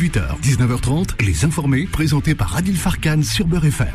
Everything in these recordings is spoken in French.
18h, 19h30, Les Informés, présentés par Adil Farkan sur Beurre FM.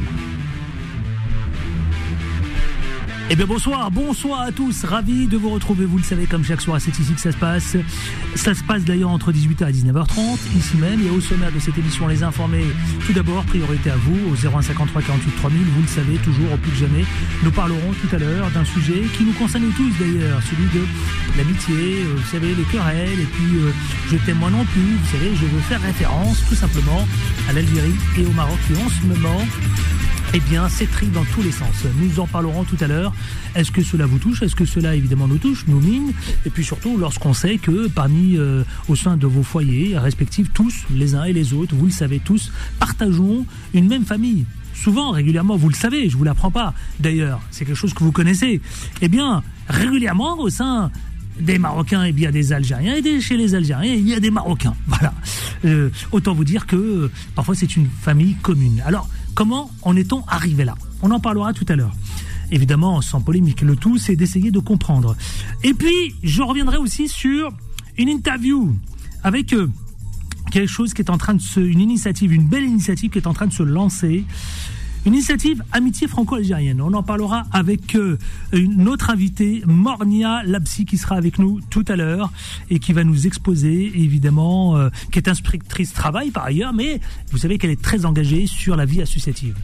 Eh bien bonsoir à tous, ravi de vous retrouver, vous le savez comme chaque soir c'est ici que ça se passe. Ça se passe d'ailleurs entre 18h et 19h30, ici même, et au sommaire de cette émission Les Informés, tout d'abord, priorité à vous, au 0153 48 3000, vous le savez, toujours au plus que jamais. Nous parlerons tout à l'heure d'un sujet qui nous concerne tous d'ailleurs, celui de l'amitié, vous savez, les querelles, et puis je t'aime moi non plus, vous savez, je veux faire référence tout simplement à l'Algérie et au Maroc qui en ce moment... Eh bien, s'étrille dans tous les sens. Nous en parlerons tout à l'heure. Est-ce que cela vous touche ? Est-ce que cela, évidemment, nous touche, nous mine ? Et puis surtout, lorsqu'on sait que au sein de vos foyers respectifs, tous, les uns et les autres, vous le savez tous, partageons une même famille. Souvent, régulièrement, vous le savez, je ne vous l'apprends pas. D'ailleurs, c'est quelque chose que vous connaissez. Eh bien, régulièrement, au sein des Marocains, il y a des Algériens, et chez les Algériens, il y a des Marocains. Voilà. Autant vous dire que parfois, c'est une famille commune. Alors, comment en est-on arrivé là ? On en parlera tout à l'heure. Évidemment, sans polémique, le tout, c'est d'essayer de comprendre. Et puis, je reviendrai aussi sur une interview avec quelque chose qui est en train de une initiative, une belle initiative qui est en train de se lancer. Une initiative amitié franco-algérienne. On en parlera avec une autre invitée, Mornia Labsi, qui sera avec nous tout à l'heure et qui va nous exposer, évidemment, qui est inspectrice travail par ailleurs, mais vous savez qu'elle est très engagée sur la vie associative.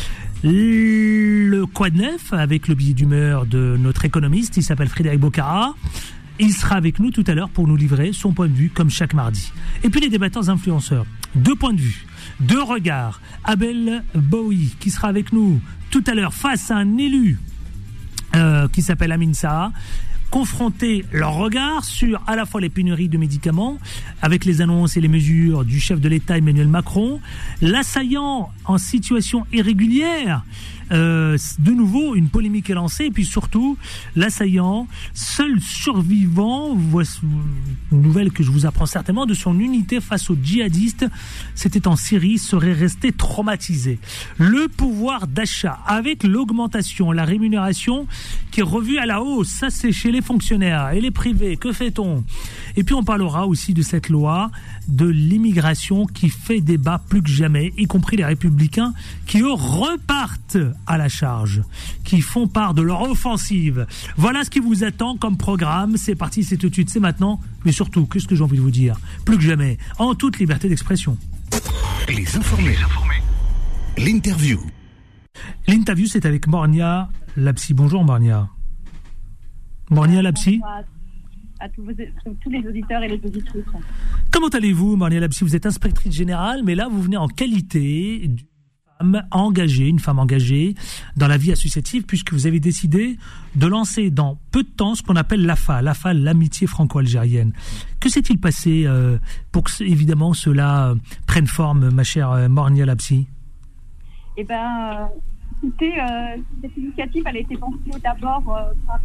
Le Quoi de neuf, avec le billet d'humeur de notre économiste, il s'appelle Frédéric Bocara. Il sera avec nous tout à l'heure pour nous livrer son point de vue, comme chaque mardi. Et puis les débatteurs influenceurs, 2 points de vue, 2 regards. Abel Bowie, qui sera avec nous tout à l'heure face à un élu qui s'appelle Amin Saha, confronter leur regard sur à la fois les pénuries de médicaments, avec les annonces et les mesures du chef de l'État Emmanuel Macron, l'assaillant en situation irrégulière, de nouveau une polémique est lancée, et puis surtout l'assaillant, seul survivant, voici une nouvelle que je vous apprends certainement, de son unité face aux djihadistes, c'était en Syrie, serait resté traumatisé. Le pouvoir d'achat, avec l'augmentation, la rémunération qui est revue à la hausse, ça c'est chez les fonctionnaires et les privés, que fait-on ? Et puis on parlera aussi de cette loi de l'immigration qui fait débat plus que jamais, y compris les républicains qui eux repartent à la charge, qui font part de leur offensive. Voilà ce qui vous attend comme programme. C'est parti, c'est tout de suite, c'est maintenant. Mais surtout, qu'est-ce que j'ai envie de vous dire ? Plus que jamais, en toute liberté d'expression. Les Informés. L'interview. L'interview, c'est avec Mornia Labsi. Bonjour Mornia. Mornia Labsi. À tous les auditeurs et les auditrices. Comment allez-vous, Mornia Labsi ? Vous êtes inspectrice générale, mais là, vous venez en qualité d'une femme engagée dans la vie associative, puisque vous avez décidé de lancer dans peu de temps ce qu'on appelle l'AFA, l'amitié franco-algérienne. Que s'est-il passé pour que, évidemment, cela prenne forme, ma chère Mornia Labsi ? Eh bien, écoutez, cette initiative, elle a été pensée d'abord par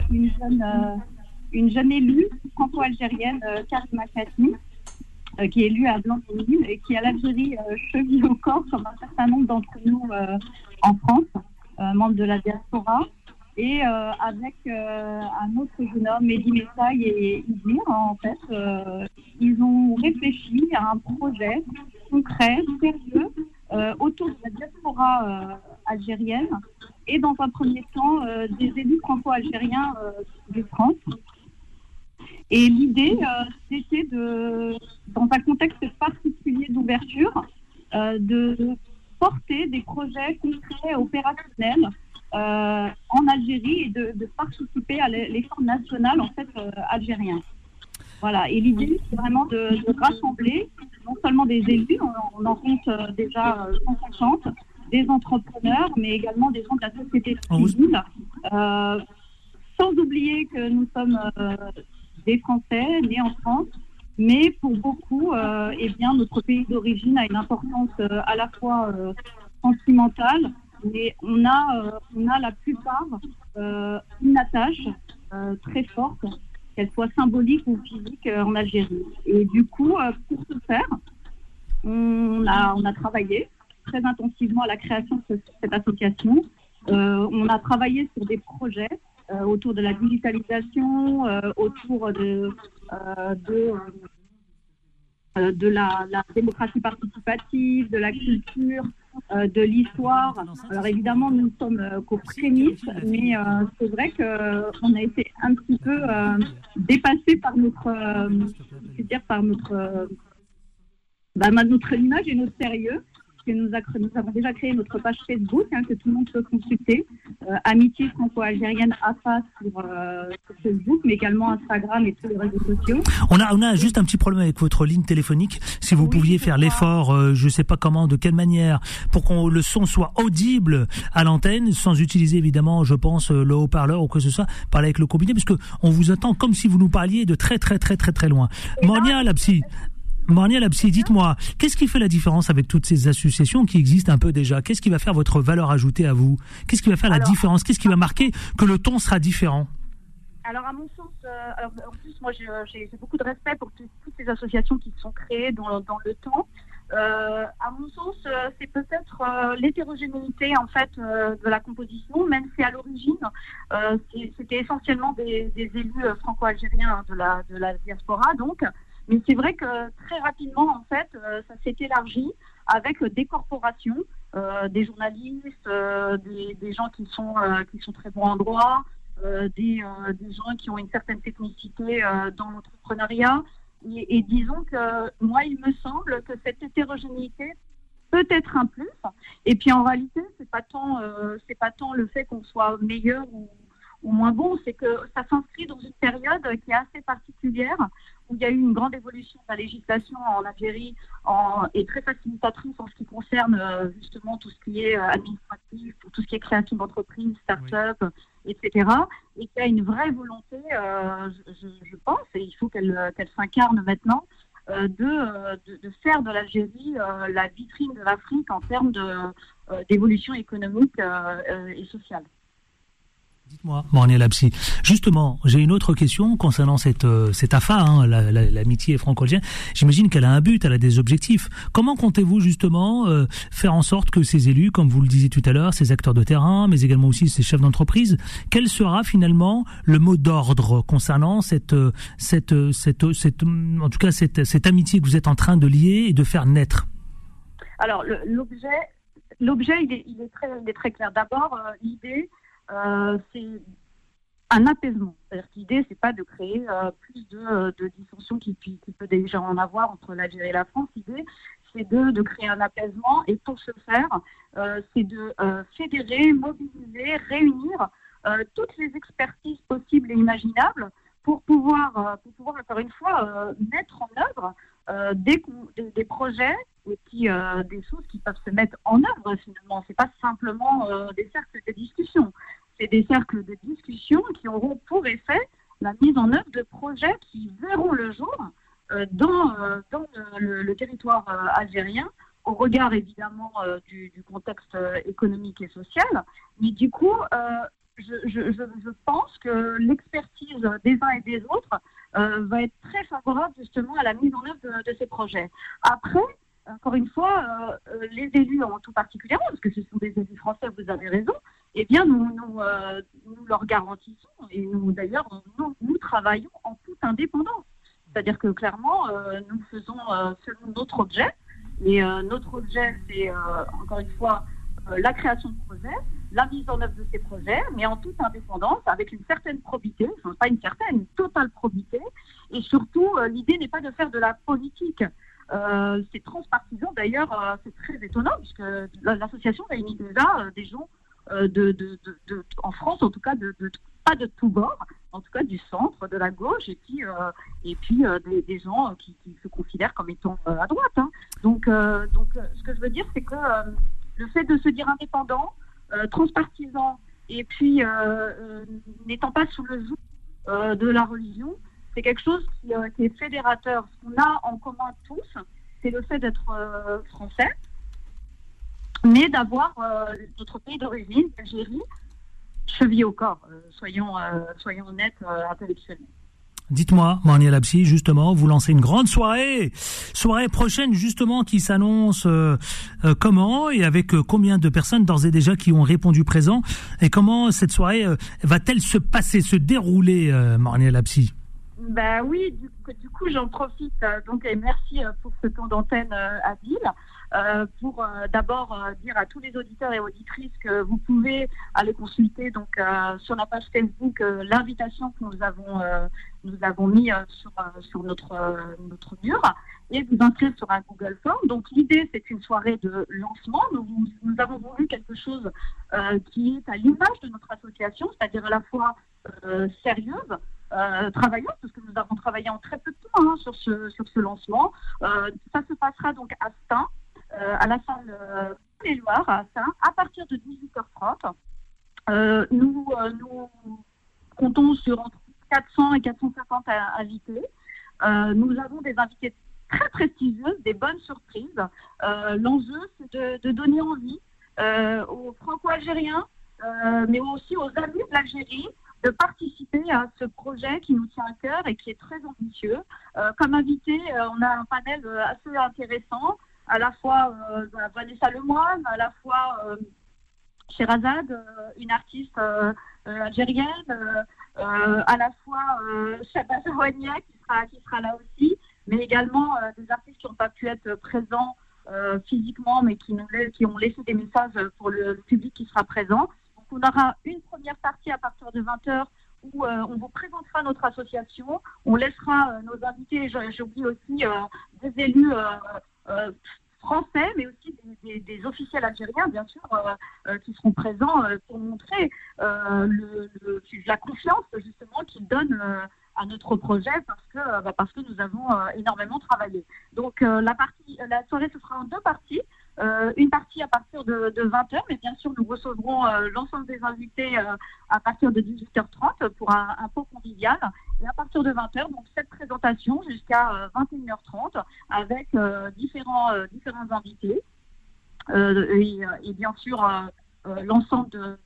une jeune élue franco-algérienne, Karima Khatmi, qui est élue à Blanqueville et qui a l'Algérie cheville au corps, comme un certain nombre d'entre nous en France, membres de la diaspora, et avec un autre jeune homme, Mehdi Messaï et Idir, en fait, ils ont réfléchi à un projet concret, sérieux, autour de la diaspora algérienne et dans un premier temps des élus franco-algériens de France. Et l'idée, c'était dans un contexte particulier d'ouverture, de porter des projets concrets, opérationnels en Algérie et de participer à l'effort national en fait algérien. Voilà. Et l'idée, c'est vraiment de rassembler non seulement des élus, on en compte déjà 150, des entrepreneurs, mais également des gens de la société civile, sans oublier que nous sommes des Français nés en France, mais pour beaucoup, eh bien, notre pays d'origine a une importance à la fois sentimentale, mais on a la plupart une attache très forte, qu'elle soit symbolique ou physique en Algérie. Et du coup, pour ce faire, on a travaillé très intensivement à la création de cette association. On a travaillé sur des projets autour de la digitalisation, autour de la démocratie participative, de la culture, de l'histoire. Alors évidemment, nous ne sommes qu'aux prémices, mais c'est vrai qu'on a été un petit peu dépassé par notre image et notre sérieux. Nous avons déjà créé notre page Facebook que tout le monde peut consulter. Amitié franco-algérienne AFA sur Facebook, mais également Instagram et tous les réseaux sociaux. On a juste un petit problème avec votre ligne téléphonique. Si vous pouviez faire l'effort, je sais pas comment, de quelle manière, pour que le son soit audible à l'antenne, sans utiliser évidemment, je pense, le haut-parleur ou quoi que ce soit, parler avec le combiné, parce que on vous attend comme si vous nous parliez de très très très très très loin. Mornia Labsi, dites-moi, qu'est-ce qui fait la différence avec toutes ces associations qui existent un peu déjà? Qu'est-ce qui va faire votre valeur ajoutée à vous? Qu'est-ce qui va faire la différence? Qu'est-ce qui va marquer que le ton sera différent? Alors, à mon sens, en plus, moi, j'ai beaucoup de respect pour toutes ces associations qui se sont créées dans le temps. À mon sens, c'est peut-être l'hétérogénéité en fait de la composition, même si à l'origine c'était essentiellement des élus franco-algériens de la diaspora, donc. Mais c'est vrai que très rapidement, en fait, ça s'est élargi avec des corporations, des journalistes, des gens qui sont très bons en droit, des gens qui ont une certaine technicité dans l'entrepreneuriat. Et disons que moi, il me semble que cette hétérogénéité peut être un plus. Et puis en réalité, c'est pas tant le fait qu'on soit meilleur ou moins bon, c'est que ça s'inscrit dans une période qui est assez particulière, où il y a eu une grande évolution de la législation en Algérie et très facilitatrice en ce qui concerne justement tout ce qui est administratif, tout ce qui est création d'entreprises, start-up, etc. Et qu'il y a une vraie volonté, je pense, et il faut qu'elle s'incarne maintenant, de faire de l'Algérie la vitrine de l'Afrique en termes d'évolution économique et sociale. Dites-moi, Mornia Labsi. Justement, j'ai une autre question concernant cette AFA, l'amitié franco-algérienne. J'imagine qu'elle a un but, elle a des objectifs. Comment comptez-vous justement faire en sorte que ces élus, comme vous le disiez tout à l'heure, ces acteurs de terrain, mais également aussi ces chefs d'entreprise, quel sera finalement le mot d'ordre concernant cette amitié que vous êtes en train de lier et de faire naître? Alors, l'objet, il est très clair. D'abord, l'idée, c'est un apaisement. C'est-à-dire que l'idée, c'est pas de créer plus de dissensions qui peut déjà en avoir entre l'Algérie et la France. L'idée, c'est de créer un apaisement. Et pour ce faire, c'est de fédérer, mobiliser, réunir toutes les expertises possibles et imaginables pour pouvoir encore une fois, mettre en œuvre des projets et puis des choses qui peuvent se mettre en œuvre finalement. C'est pas simplement des cercles de discussion. C'est des cercles de discussion qui auront pour effet la mise en œuvre de projets qui verront le jour dans le territoire algérien, au regard évidemment du contexte économique et social. Mais du coup, je pense que l'expertise des uns et des autres va être très favorable justement à la mise en œuvre de ces projets. Après, encore une fois, les élus en tout particulièrement, parce que ce sont des élus français, vous avez raison, eh bien nous leur garantissons et nous travaillons en toute indépendance. C'est-à-dire que clairement, nous faisons selon notre objet. Et notre objet, c'est encore une fois la création de projets, la mise en œuvre de ces projets, mais en toute indépendance, avec une certaine probité, enfin pas une certaine, une totale probité. Et surtout, l'idée n'est pas de faire de la politique. C'est transpartisan, d'ailleurs, c'est très étonnant, puisque l'association réunit déjà des gens en France, en tout cas, pas de tous bords, en tout cas du centre, de la gauche, et puis des gens qui se considèrent comme étant à droite. Hein. Donc, ce que je veux dire, c'est que le fait de se dire indépendant, transpartisan, et puis n'étant pas sous le joug de la religion, c'est quelque chose qui est fédérateur. Ce qu'on a en commun tous, c'est le fait d'être français, mais d'avoir notre pays d'origine, l'Algérie, chevillé au corps. Soyons honnêtes intellectuellement. Dites-moi, Mornia Labsi, justement, vous lancez une grande soirée prochaine justement qui s'annonce comment et avec combien de personnes d'ores et déjà qui ont répondu présent, et comment cette soirée va-t-elle se dérouler, Mornia Labsi? Bah oui, du coup j'en profite donc et merci pour ce temps d'antenne Adil. Pour d'abord dire à tous les auditeurs et auditrices que vous pouvez aller consulter donc sur la page Facebook l'invitation que nous avons mis sur notre mur et vous inscrire sur un Google Form. Donc l'idée c'est une soirée de lancement. Nous avons voulu quelque chose qui est à l'image de notre association, c'est-à-dire à la fois sérieuse, travailleuse, parce que nous avons travaillé en très peu de temps sur ce lancement. Ça se passera donc à Stein, à la salle Les Loirs à Stein, à partir de 18h30. Nous comptons sur entre 400 et 450 invités. Nous avons des invités très prestigieuses, des bonnes surprises. L'enjeu, c'est de donner envie aux Franco-Algériens, mais aussi aux amis de l'Algérie, de participer à ce projet qui nous tient à cœur et qui est très ambitieux. Comme invité, on a un panel assez intéressant, à la fois Vanessa Lemoine, à la fois Sherazade, une artiste algérienne, à la fois Shabazz Aouania qui sera là aussi, mais également des artistes qui n'ont pas pu être présents physiquement, mais qui ont laissé des messages pour le public qui sera présent. Donc on aura une première partie à partir de 20h où on vous présentera notre association, on laissera nos invités, j'oublie aussi des élus français, mais aussi des officiels algériens, bien sûr, qui seront présents pour montrer la confiance, justement, qu'ils donnent à notre projet parce que nous avons énormément travaillé. Donc, la soirée, ce sera en deux parties. Une partie à partir de 20h, mais bien sûr, nous recevrons l'ensemble des invités à partir de 18h30 pour un pot convivial. Et à partir de 20h, donc cette présentation jusqu'à 21h30 avec différents invités. Et bien sûr, l'ensemble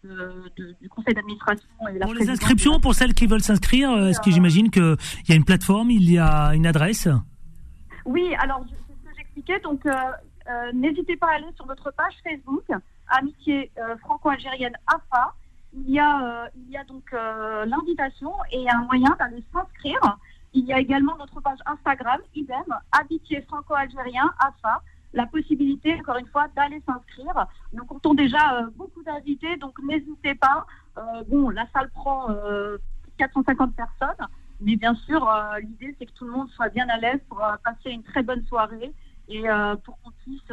du conseil d'administration. Et pour les inscriptions, pour celles qui veulent s'inscrire, est-ce que j'imagine qu'il y a une plateforme, il y a une adresse ? Oui, alors c'est ce que j'expliquais. Donc, n'hésitez pas à aller sur notre page Facebook, Amitié franco-algérienne AFA. Il y a donc l'invitation et un moyen d'aller s'inscrire. Il y a également notre page Instagram, idem, Amitié franco-algérien AFA. La possibilité, encore une fois, d'aller s'inscrire. Nous comptons déjà beaucoup d'invités, donc n'hésitez pas. La salle prend 450 personnes, mais bien sûr, l'idée, c'est que tout le monde soit bien à l'aise pour passer une très bonne soirée et pour qu'on puisse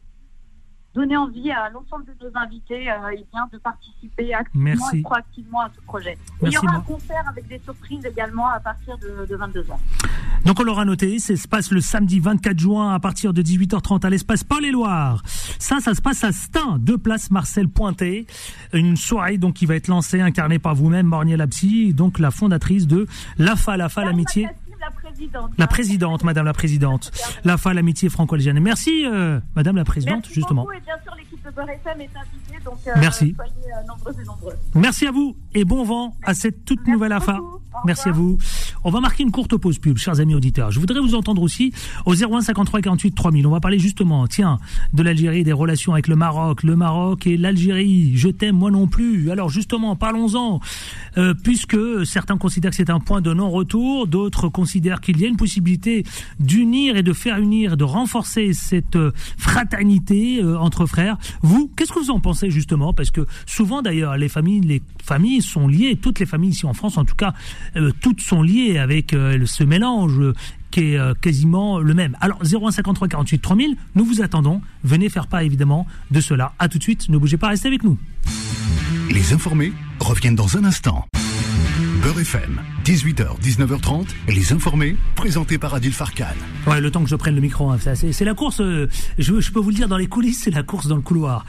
donner envie à l'ensemble de nos invités de participer activement et proactivement à ce projet. Il y aura un concert avec des surprises également à partir de 22h. Donc on l'aura noté, ça se passe le samedi 24 juin à partir de 18h30 à l'espace Paul-et-Loire. Ça se passe à Stein, 2 places Marcel Pointet. Une soirée donc qui va être lancée, incarnée par vous-même, Morniel Absi, donc la fondatrice de l'AFA, l'amitié. La présidente, madame la présidente. l'AFA, l'amitié franco-algérienne. Merci, madame la présidente, merci justement. Beaucoup, et bien sûr, l'équipe de Beurre FM est invitée, donc merci. Soyez nombreux et nombreux. Merci à vous et bon vent à cette toute nouvelle AFA. Merci à vous. On va marquer une courte pause pub, chers amis auditeurs. Je voudrais vous entendre aussi au 01 53 48 3000. On va parler justement, de l'Algérie, des relations avec le Maroc et l'Algérie. Je t'aime, moi non plus. Alors justement, parlons-en, puisque certains considèrent que c'est un point de non-retour, d'autres considèrent qu'il y a une possibilité d'unir et de faire unir, de renforcer cette fraternité entre frères. Vous, qu'est-ce que vous en pensez justement ? Parce que souvent d'ailleurs, les familles sont liées, toutes les familles ici en France en tout cas, toutes sont liées avec ce mélange qui est quasiment le même. Alors 01 53 48 3000, nous vous attendons, venez faire part évidemment de cela. À tout de suite, ne bougez pas, restez avec nous. Les informés reviennent dans un instant. Beurre FM, 18h, 19h30, les informés, présentés par Adil Farkan. Ouais, le temps que je prenne le micro, c'est la course, je peux vous le dire dans les coulisses, c'est la course dans le couloir.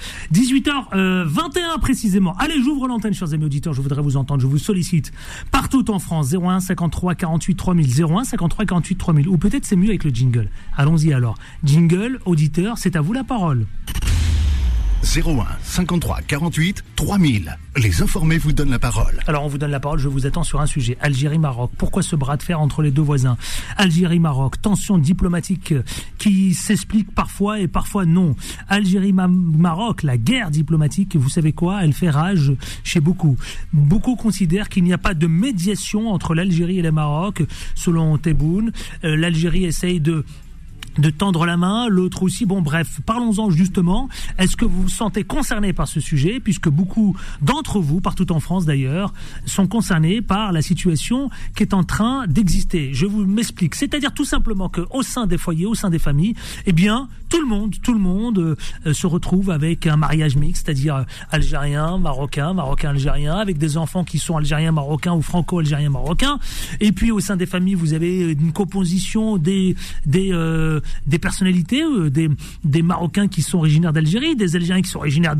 18h21 précisément. Allez, j'ouvre l'antenne, chers amis auditeurs, je voudrais vous entendre, je vous sollicite. Partout en France, 01 53 48 3000, 01 53 48 3000, ou peut-être c'est mieux avec le jingle. Allons-y alors. Jingle, auditeur, c'est à vous la parole. 01 53 48 3000. Les informés vous donnent la parole. Alors on vous donne la parole, je vous attends sur un sujet. Algérie-Maroc, pourquoi ce bras de fer entre les deux voisins? Algérie-Maroc, tension diplomatique qui s'explique parfois et parfois non. Algérie-Maroc, la guerre diplomatique, vous savez quoi? Elle fait rage chez beaucoup. Beaucoup considèrent qu'il n'y a pas de médiation entre l'Algérie et le Maroc. Selon Tebboune, l'Algérie essaye de tendre la main, l'autre aussi. Bon, bref, parlons-en justement. Est-ce que vous vous sentez concerné par ce sujet, puisque beaucoup d'entre vous, partout en France d'ailleurs, sont concernés par la situation qui est en train d'exister? Je vous m'explique. C'est-à-dire tout simplement qu'au sein des foyers, au sein des familles, eh bien, tout le monde se retrouve avec un mariage mixte, c'est-à-dire algérien, marocain, algérien, avec des enfants qui sont algériens, marocains ou franco-algériens, marocains. Et puis au sein des familles, vous avez une composition des personnalités, des Marocains qui sont originaires d'Algérie, des Algériens qui sont originaires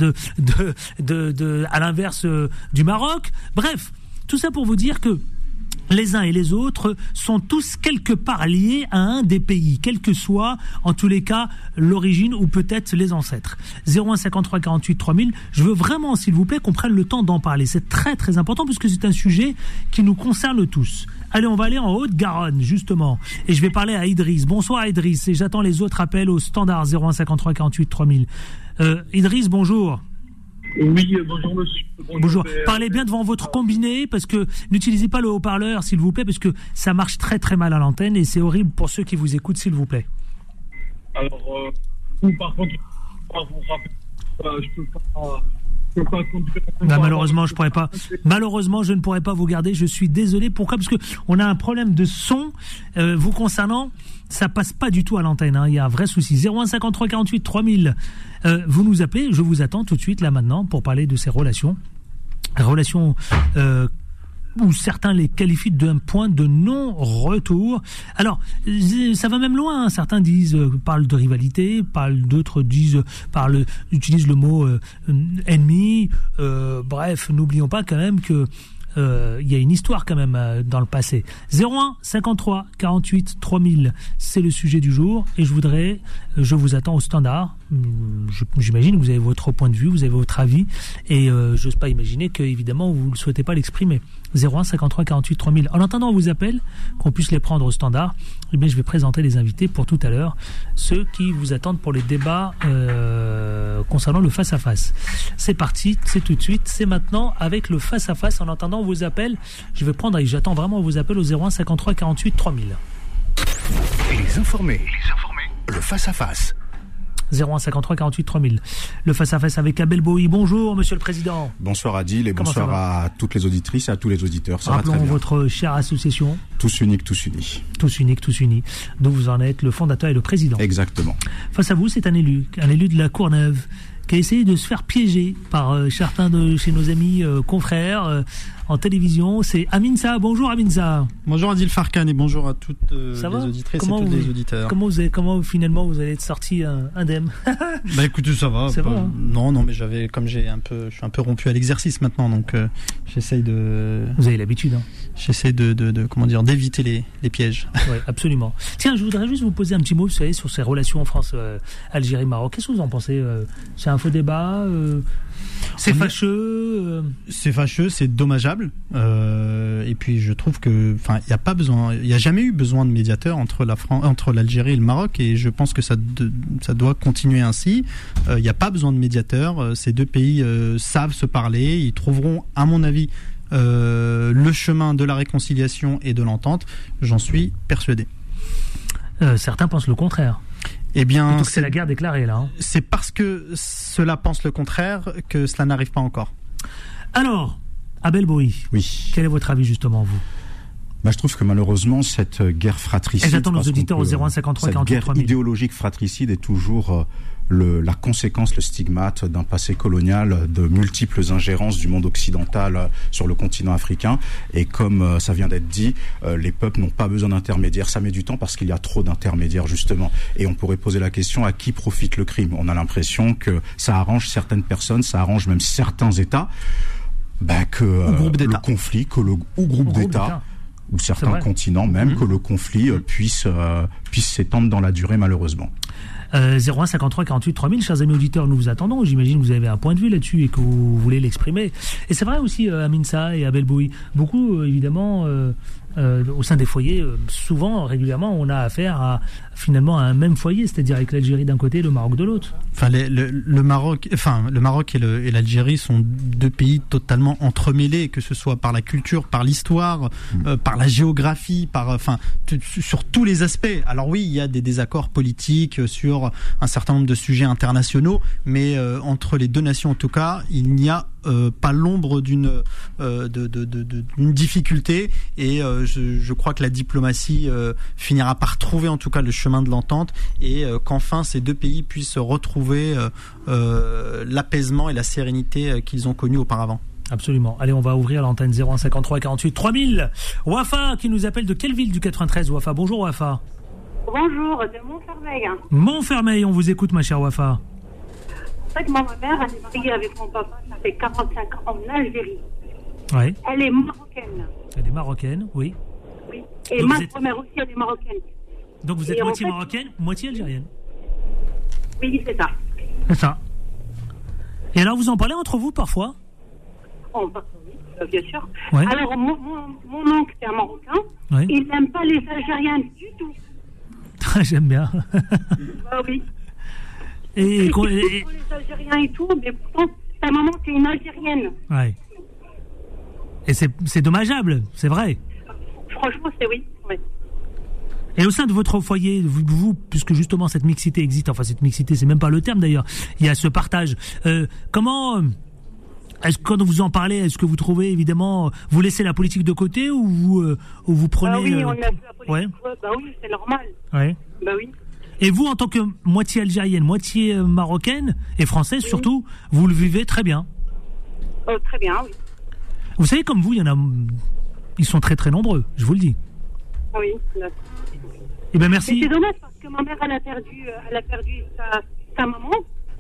à l'inverse du Maroc. Bref, tout ça pour vous dire que les uns et les autres sont tous quelque part liés à un des pays, quel que soit, en tous les cas, l'origine ou peut-être les ancêtres. 01 53 48 3000, je veux vraiment, s'il vous plaît, qu'on prenne le temps d'en parler. C'est très très important puisque c'est un sujet qui nous concerne tous. Allez, on va aller en Haute-Garonne, justement. Et je vais parler à Idriss. Bonsoir Idriss, et j'attends les autres appels au standard 01 53 48 3000. Idriss, bonjour. Oui, bonjour monsieur. Bonjour. Parlez bien devant votre combiné, parce que n'utilisez pas le haut-parleur, s'il vous plaît, parce que ça marche très très mal à l'antenne et c'est horrible pour ceux qui vous écoutent, s'il vous plaît. Alors, par contre, je peux pas conduire. Malheureusement, je pourrais pas. Malheureusement, je ne pourrais pas vous garder. Je suis désolé. Pourquoi? Parce que on a un problème de son vous concernant. Ça passe pas du tout à l'antenne. Hein. Il y a un vrai souci. 01 53 48 3000. Vous nous appelez. Je vous attends tout de suite là maintenant pour parler de ces relations. Relations où certains les qualifient d'un point de non-retour. Alors, ça va même loin. Hein. Certains parlent de rivalité, d'autres utilisent le mot ennemi. Bref, n'oublions pas quand même que il y a une histoire quand même dans le passé. 01 53 48 3000, c'est le sujet du jour et je vous attends au standard. J'imagine que vous avez votre point de vue, vous avez votre avis et j'ose pas imaginer que évidemment vous ne souhaitez pas l'exprimer. 01 53 48 3000. En attendant on vous appelle, qu'on puisse les prendre au standard, eh bien je vais présenter les invités pour tout à l'heure, ceux qui vous attendent pour les débats concernant le face-à-face. C'est parti, c'est tout de suite, c'est maintenant avec le face-à-face. En attendant on vous appelle, j'attends vraiment vos appels au 01 53 48 3000. Les informés. Le face-à-face. 01 53 48 3000. Le face-à-face avec Abel Bohi. Bonjour, monsieur le président. Bonsoir Adil et bonsoir à toutes les auditrices et à tous les auditeurs. Ça Rappelons va très bien. Votre chère association. Tous uniques, tous unis. Tous uniques, tous unis. Dont vous en êtes le fondateur et le président. Exactement. Face à vous, c'est un élu de la Courneuve, qui a essayé de se faire piéger par certains de chez nos amis confrères en télévision. C'est Aminsa. Bonjour Aminsa. Bonjour Adil Farkan et bonjour à toutes les auditrices et tous les auditeurs. Comment finalement vous allez être sorti indemne? Bah écoutez, ça va. C'est bon, hein. Non, mais je suis un peu rompu à l'exercice maintenant, donc j'essaye de. Vous avez l'habitude, hein. J'essaie d'éviter les pièges. Oui, absolument. Tiens, je voudrais juste vous poser un petit mot, vous savez, sur ces relations en France, Algérie-Maroc. Qu'est-ce que vous en pensez? C'est un faux débat? C'est fâcheux? C'est fâcheux, c'est dommageable. Et puis je trouve que, il n'y a jamais eu besoin de médiateur entre l'Algérie et le Maroc, et je pense que ça doit continuer ainsi. Il n'y a pas besoin de médiateur. Ces deux pays savent se parler. Ils trouveront, à mon avis, le chemin de la réconciliation et de l'entente. J'en suis persuadé. Certains pensent le contraire. Eh bien, c'est la guerre déclarée là. Hein. C'est parce que cela pense le contraire que cela n'arrive pas encore. Alors, Abel Bohi. Oui. Quel est votre avis justement, vous? Je trouve que malheureusement cette guerre fratricide, et j'attends nos auditeurs au 01 53 48 cette guerre idéologique fratricide est toujours la conséquence, le stigmate d'un passé colonial, de multiples ingérences du monde occidental sur le continent africain. Et comme ça vient d'être dit, les peuples n'ont pas besoin d'intermédiaires. Ça met du temps parce qu'il y a trop d'intermédiaires, justement. Et on pourrait poser la question, à qui profite le crime? On a l'impression que ça arrange certaines personnes, ça arrange même certains États, que le conflit, ou groupe d'États, ou certains continents même, que le conflit puisse s'étendre dans la durée, malheureusement. 01 53 48 3000, chers amis auditeurs, nous vous attendons. J'imagine que vous avez un point de vue là-dessus et que vous voulez l'exprimer. Et c'est vrai aussi, Aminsa et Abel Boui, beaucoup évidemment au sein des foyers, souvent, régulièrement, on a affaire à finalement à un même foyer, c'est-à-dire avec l'Algérie d'un côté et le Maroc de l'autre. Enfin, le Maroc et l'Algérie sont deux pays totalement entremêlés, que ce soit par la culture, par l'histoire, par la géographie, sur tous les aspects. Alors oui, il y a des désaccords politiques sur un certain nombre de sujets internationaux, mais entre les deux nations, en tout cas, il n'y a pas l'ombre d'une difficulté, et je crois que la diplomatie finira par trouver en tout cas le chemin de l'entente, et qu'enfin ces deux pays puissent retrouver l'apaisement et la sérénité qu'ils ont connus auparavant. Absolument. Allez, on va ouvrir l'antenne 01 53 48 3000. Wafa qui nous appelle de quelle ville du 93, Wafa? Bonjour Wafa. Bonjour, de Montfermeil. Montfermeil, on vous écoute ma chère Wafa. En fait, ma mère, elle est mariée avec mon papa, ça fait 45 ans en Algérie. Ouais. Elle est marocaine. Elle est marocaine, oui. Oui. Et donc ma grand-mère aussi, elle est marocaine. Donc vous êtes moitié marocaine, moitié algérienne. Oui, c'est ça. C'est ça. Et alors, vous en parlez entre vous parfois? On parle, oui, bien sûr. Ouais. Alors, mon oncle, c'est un Marocain. Ouais. Il n'aime pas les Algériens du tout. J'aime bien. Bah oui. Et pour les Algériens et tout, mais pourtant, sa maman, c'est une Algérienne. Ouais. Et c'est dommageable, c'est vrai. Franchement, c'est oui. Ouais. Et au sein de votre foyer, vous, puisque justement cette mixité existe, enfin cette mixité, c'est même pas le terme d'ailleurs, il y a ce partage. Comment, est-ce que quand vous en parlez, est-ce que vous trouvez évidemment, vous laissez la politique de côté ou vous prenez... Ah oui, on a fait la politique. Ouais. Bah oui, c'est normal. Ouais. Bah oui. Et vous, en tant que moitié algérienne, moitié marocaine et française surtout, vous le vivez très bien. Très bien, oui. Vous savez, comme vous, il y en a, ils sont très très nombreux, je vous le dis. Oui. Eh bien, merci. Mais c'est dommage parce que ma mère, elle a perdu sa maman.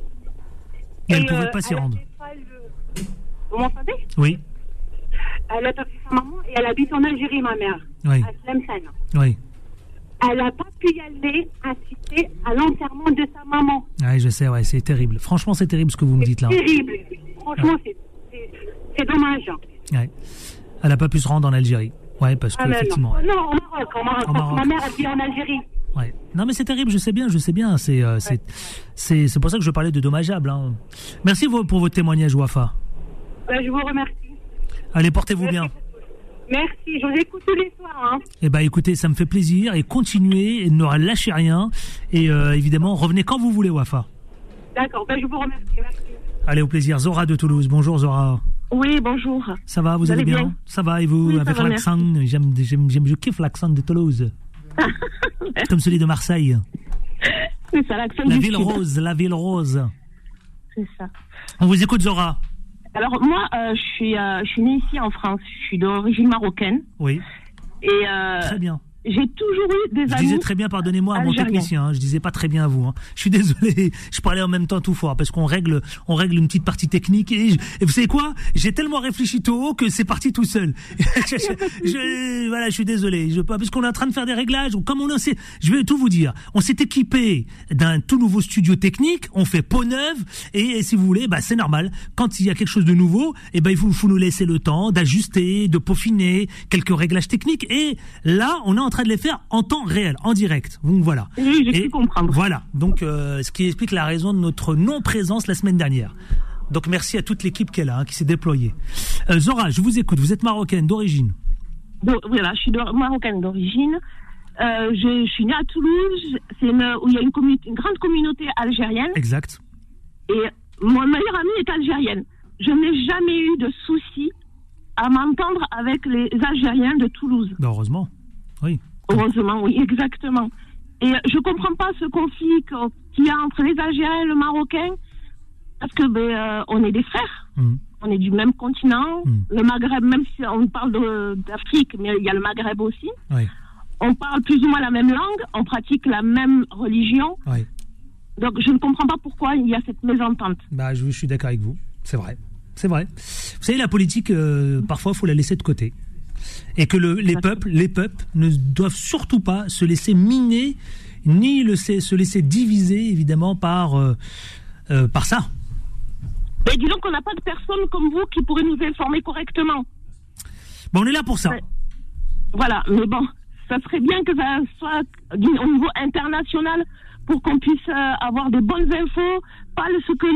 Et elle ne pouvait pas s'y rendre. Vous m'entendez? Oui. Elle a perdu sa maman et elle habite en Algérie, ma mère. Oui. À Tlemcen. Oui. Elle n'a pas pu y aller assister à l'enterrement de sa maman. Oui, je sais, ouais, c'est terrible. Franchement, c'est terrible ce que vous me dites là. C'est terrible. Franchement, c'est dommage. Ouais. Elle n'a pas pu se rendre en Algérie. Ouais, parce que effectivement. Non, au Maroc. Ma mère, elle vit en Algérie. Ouais. Non, mais c'est terrible, je sais bien. C'est pour ça que je parlais de dommageable. Hein. Merci pour votre témoignage, Wafa. Je vous remercie. Allez, portez-vous bien. Merci, je vous écoute tous les soirs. Hein. Eh ben, écoutez, ça me fait plaisir. Et continuez, et ne lâchez rien. Et évidemment, revenez quand vous voulez, Wafa. D'accord, je vous remercie. Merci. Allez, au plaisir. Zora de Toulouse. Bonjour, Zora. Oui, bonjour. Ça va, vous allez bien? Ça va, et vous? Oui, avec va, l'accent, je kiffe l'accent de Toulouse. Comme celui de Marseille. C'est ça, l'accent la du ville Sud. rose, la ville rose. C'est ça. On vous écoute, Zora. Alors, moi, je suis née ici en France. Je suis d'origine marocaine. Oui. Et très bien. J'ai toujours eu des amis. Je disais très bien, pardonnez-moi à mon technicien, hein, je disais pas très bien à vous. Hein. Je suis désolé, je parlais en même temps tout fort parce qu'on règle une petite partie technique et vous savez quoi? J'ai tellement réfléchi tout haut que c'est parti tout seul. Voilà, je suis désolé. Parce qu'on est en train de faire des réglages. Comme je vais tout vous dire. On s'est équipé d'un tout nouveau studio technique. On fait peau neuve et si vous voulez, c'est normal. Quand il y a quelque chose de nouveau, il faut nous laisser le temps d'ajuster, de peaufiner quelques réglages techniques. Et là, on est en train de les faire en temps réel, en direct. Donc voilà. Oui, j'ai pu comprendre. Voilà. Donc, ce qui explique la raison de notre non-présence la semaine dernière. Donc merci à toute l'équipe qui est là, qui s'est déployée. Zora, je vous écoute. Vous êtes marocaine d'origine. Voilà, je suis marocaine d'origine. Je suis née à Toulouse, où il y a une grande communauté algérienne. Exact. Et mon meilleure amie est algérienne. Je n'ai jamais eu de soucis à m'entendre avec les Algériens de Toulouse. Heureusement. Oui. Heureusement, oui, exactement. Et je ne comprends pas ce conflit qu'il y a entre les Algériens et le Marocain, parce que on est des frères, on est du même continent. Le Maghreb, même si on parle d'Afrique, mais il y a le Maghreb aussi. Oui. On parle plus ou moins la même langue, on pratique la même religion. Oui. Donc je ne comprends pas pourquoi il y a cette mésentente. Je suis d'accord avec vous, c'est vrai. C'est vrai. Vous savez, la politique, parfois, il faut la laisser de côté. Et que les peuples ne doivent surtout pas se laisser miner ni se laisser diviser, évidemment, par ça. Mais disons qu'on n'a pas de personne comme vous qui pourrait nous informer correctement. Bon, on est là pour ça. Voilà, mais bon, ça serait bien que ça soit au niveau international pour qu'on puisse avoir de bonnes infos, pas ce que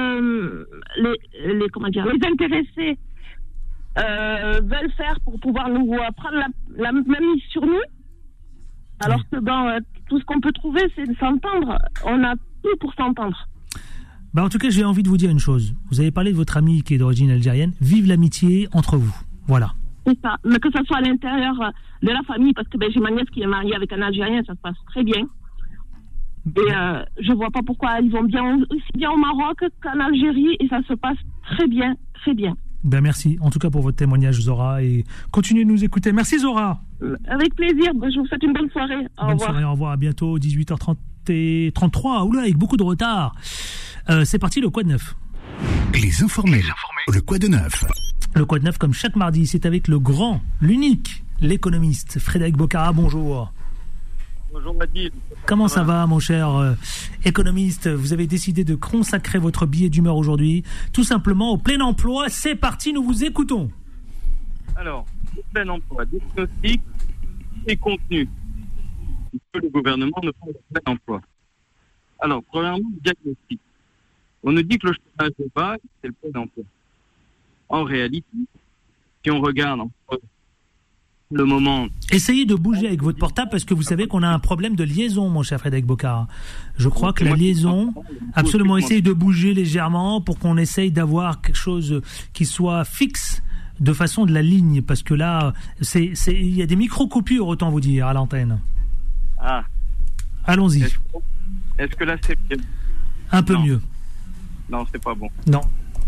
les intéressés veulent faire pour pouvoir nous prendre la même mise sur nous. Alors que tout ce qu'on peut trouver, c'est de s'entendre. On a tout pour s'entendre. En tout cas, j'ai envie de vous dire une chose. Vous avez parlé de votre ami qui est d'origine algérienne. Vive l'amitié entre vous. Voilà. C'est ça. Mais que ça soit à l'intérieur de la famille, parce que j'ai ma nièce qui est mariée avec un Algérien, ça se passe très bien. Et je vois pas pourquoi ils vont bien aussi bien au Maroc qu'en Algérie, et ça se passe très bien, très bien. Merci en tout cas pour votre témoignage, Zora, et continuez de nous écouter. Merci, Zora. Avec plaisir. Je vous souhaite une bonne soirée. Bonne soirée, au revoir, à bientôt. 18h33. Oula, avec beaucoup de retard. C'est parti, le Quad Neuf. Les informés. Le Quad Neuf. Le Quad Neuf, comme chaque mardi, c'est avec le grand, l'unique, l'économiste Frédéric Bocara. Bonjour. Bonjour Adil. Comment ça va, mon cher économiste? Vous avez décidé de consacrer votre billet d'humeur aujourd'hui, tout simplement au plein emploi. C'est parti, nous vous écoutons. Alors, le plein emploi, diagnostic et contenu. Que le gouvernement ne fasse pas plein emploi. Alors, premièrement, le diagnostic. On nous dit que le chômage est bas, c'est le plein emploi. En réalité, si on regarde le moment... Essayez de bouger avec votre portable parce que vous savez qu'on a un problème de liaison, mon cher Frédéric Bocara. Je crois que la liaison... Absolument, essayez de bouger légèrement pour qu'on essaye d'avoir quelque chose qui soit fixe de façon de la ligne. Parce que là, il y a des micro-coupures, autant vous dire, à l'antenne. Ah. Allons-y. Est-ce que là, c'est bien? Un peu mieux. Non, c'est pas bon. Non.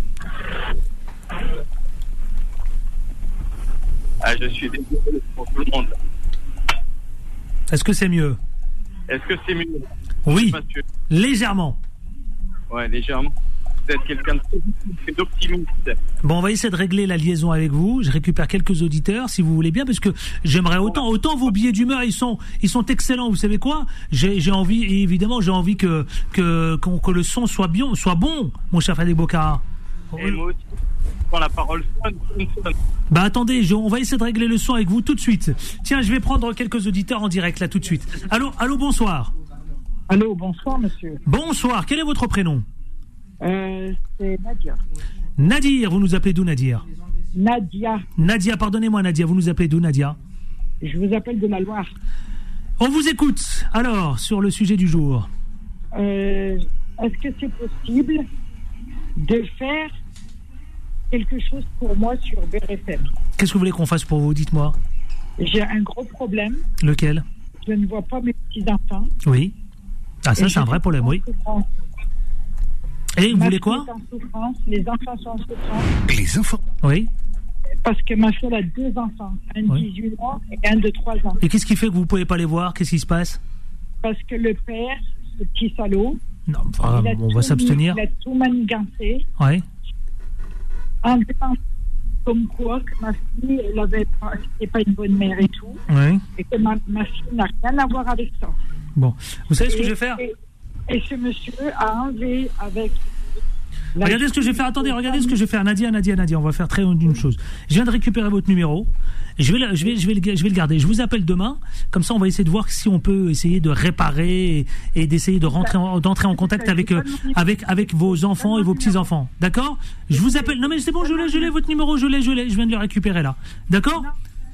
Je suis désolé pour tout le monde. Est-ce que c'est mieux? Est-ce que c'est mieux? Oui, légèrement. Ouais, légèrement. Vous êtes quelqu'un de positif et d'optimiste. Bon, on va essayer de régler la liaison avec vous. Je récupère quelques auditeurs, si vous voulez bien, parce que j'aimerais autant vos billets d'humeur, ils sont excellents. Vous savez quoi? J'ai envie, évidemment, que le son soit bon, mon cher Frédéric Bocara. Et moi aussi. Quand la parole sonne. Attendez, on va essayer de régler le son avec vous tout de suite. Tiens, je vais prendre quelques auditeurs en direct là tout de suite. Allô, bonsoir. Allô, bonsoir monsieur. Bonsoir, quel est votre prénom? C'est Nadia. Nadir, vous nous appelez d'où, Nadir? Nadia, pardonnez-moi Nadia, vous nous appelez d'où, Nadia? Je vous appelle de la Loire. On vous écoute, alors, sur le sujet du jour. Est-ce que c'est possible de faire quelque chose pour moi sur BRFM? Qu'est-ce que vous voulez qu'on fasse pour vous? Dites-moi. J'ai un gros problème. Lequel? Je ne vois pas mes petits-enfants. Oui. Ah, ça, c'est un vrai problème, oui. Et vous voulez quoi? Les enfants sont en souffrance. Les enfants? Oui. Parce que ma fille a 2 enfants, un de 18 ans et un de 3 ans. Et qu'est-ce qui fait que vous ne pouvez pas les voir? Qu'est-ce qui se passe? Parce que le père, ce petit salaud, non, enfin, on va s'abstenir. Il a tout manigancé. Oui. En disant comme quoi que ma fille, c'était pas une bonne mère et tout. Oui. Et que ma fille n'a rien à voir avec ça. Bon, vous savez ce que je vais faire? Et ce monsieur a enlevé avec... Regardez ce que je vais faire. Attendez, regardez ce que je vais faire. Nadia, on va faire très une chose. Je viens de récupérer votre numéro. Je vais le garder. Je vous appelle demain. Comme ça, on va essayer de voir si on peut essayer de réparer et d'essayer de d'entrer en contact avec vos enfants et vos petits-enfants. D'accord? Je vous appelle. Non mais c'est bon, je l'ai votre numéro, je l'ai. Je viens de le récupérer là. D'accord?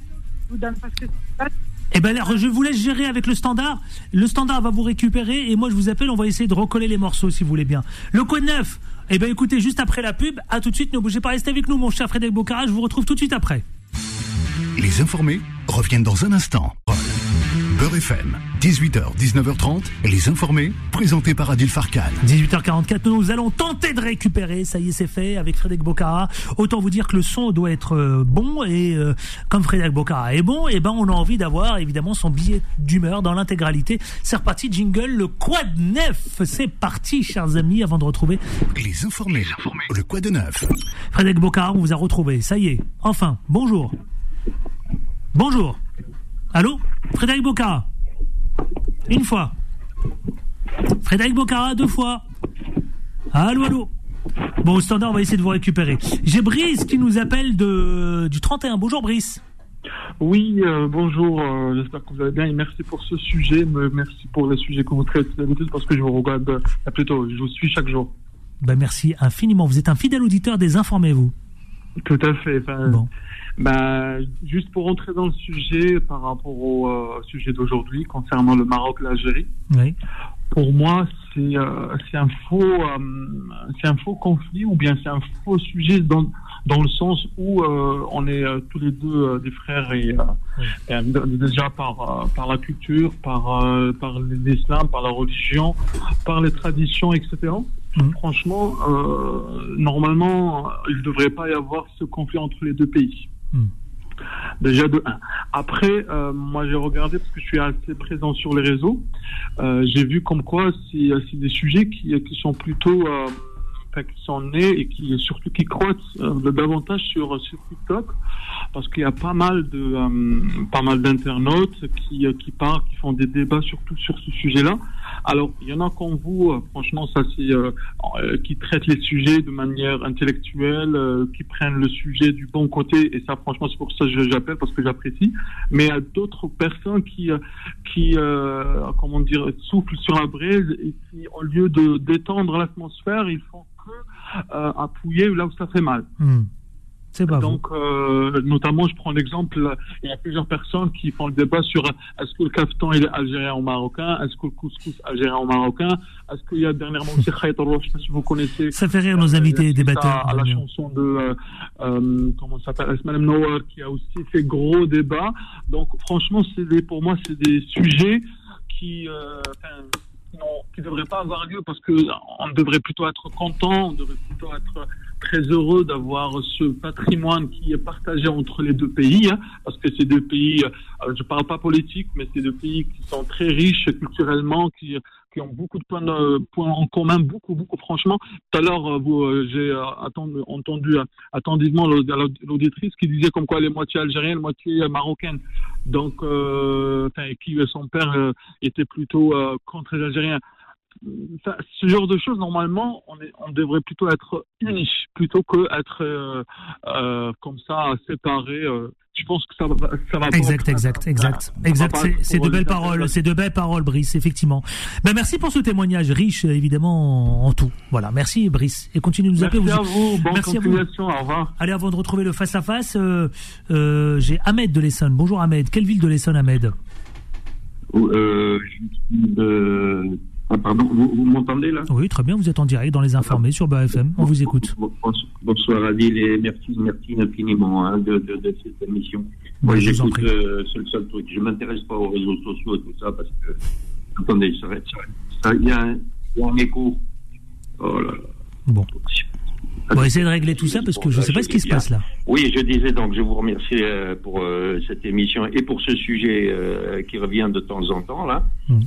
Eh ben, je vous laisse gérer avec le standard. Le standard va vous récupérer et moi je vous appelle. On va essayer de recoller les morceaux si vous voulez bien. Le Code 9. Eh ben, écoutez, juste après la pub. À tout de suite. Ne bougez pas. Restez avec nous, mon cher Frédéric Bocara. Je vous retrouve tout de suite après. Les informés reviennent dans un instant. Beurre FM, 18h, 19h30, les informés, présentés par Adil Farkan. 18h44, nous allons tenter de récupérer, ça y est c'est fait, avec Frédéric Bocara. Autant vous dire que le son doit être bon, et comme Frédéric Bocara est bon, et ben on a envie d'avoir évidemment son billet d'humeur dans l'intégralité. C'est reparti, jingle, le Quad 9. C'est parti, chers amis, avant de retrouver... Les informés, le Quad 9. Frédéric Bocara, on vous a retrouvé, ça y est, enfin, bonjour. Bonjour. Allô? Frédéric Bocara. Une fois. Frédéric Bocara, 2 fois. Allô. Bon, au standard, on va essayer de vous récupérer. J'ai Brice qui nous appelle du 31. Bonjour Brice. Oui, bonjour, j'espère que vous allez bien et merci pour ce sujet, merci pour les sujets que vous traitez d'habitude parce que je vous regarde, plutôt, je vous suis chaque jour. Ben merci infiniment, vous êtes un fidèle auditeur des Informés, vous. Tout à fait. Bon. Juste pour rentrer dans le sujet par rapport au sujet d'aujourd'hui concernant le Maroc et l'Algérie. Oui. Pour moi, c'est un faux conflit ou bien c'est un faux sujet dans le sens où on est tous les deux des frères et déjà par la culture, par l'islam, par la religion, par les traditions, etc. Franchement, normalement, il ne devrait pas y avoir ce conflit entre les deux pays. Déjà de 1. Après, moi j'ai regardé parce que je suis assez présent sur les réseaux. J'ai vu comme quoi c'est des sujets qui sont plutôt qui sont nés et qui surtout qui croissent davantage sur TikTok parce qu'il y a pas mal d'internautes qui parlent, qui font des débats surtout sur ce sujet-là. Alors il y en a comme vous, franchement ça c'est qui traitent les sujets de manière intellectuelle, qui prennent le sujet du bon côté et ça franchement c'est pour ça que j'appelle parce que j'apprécie. Mais il y a d'autres personnes qui comment dire soufflent sur la braise et qui au lieu de détendre l'atmosphère ils font appuyer là où ça fait mal. C'est pas donc notamment je prends l'exemple, il y a plusieurs personnes qui font le débat sur est-ce que le caftan il est algérien ou marocain, est-ce que le couscous algérien ou marocain, est-ce qu'il y a dernièrement aussi Khayt Roch, je sais pas si vous connaissez, ça fait rire nos invités débatteurs à la chanson de comment ça s'appelle, Madame Noor qui a aussi fait gros débat. Donc franchement pour moi c'est des sujets qui devrait pas avoir lieu parce que on devrait plutôt être content, on devrait plutôt être très heureux d'avoir ce patrimoine qui est partagé entre les deux pays, parce que c'est deux pays, je parle pas politique, mais c'est deux pays qui sont très riches culturellement, qui ont beaucoup de points en commun, beaucoup, franchement. Tout à l'heure, j'ai entendu attentivement l'auditrice qui disait comme quoi elle est moitié algérienne, moitié marocaine. Donc, qui son père était plutôt contre les Algériens. Ce genre de choses, normalement, on devrait plutôt être unis, plutôt que être comme ça, séparés. Je pense que ça va Exact. C'est de belles paroles, Brice, effectivement. Merci pour ce témoignage riche, évidemment, en tout. Voilà, merci, Brice. Et continuez de nous appeler. Merci à vous, bonne continuation, au revoir. Allez, avant de retrouver le face-à-face, j'ai Ahmed de l'Essonne. Bonjour Ahmed, quelle ville de l'Essonne, Ahmed? Pardon, vous m'entendez là? Oui, très bien, vous êtes en direct dans Les Informés sur BFM, on vous écoute. Bonsoir Adil et merci infiniment de cette émission. Moi j'écoute le seul truc, je ne m'intéresse pas aux réseaux sociaux et tout ça parce que, attendez, il y a un écho. Oh là là. Bon. On va essayer de régler tout ça parce que je ne sais pas ce qui se passe là. Oui, je disais donc, je vous remercie pour cette émission et pour ce sujet qui revient de temps en temps là.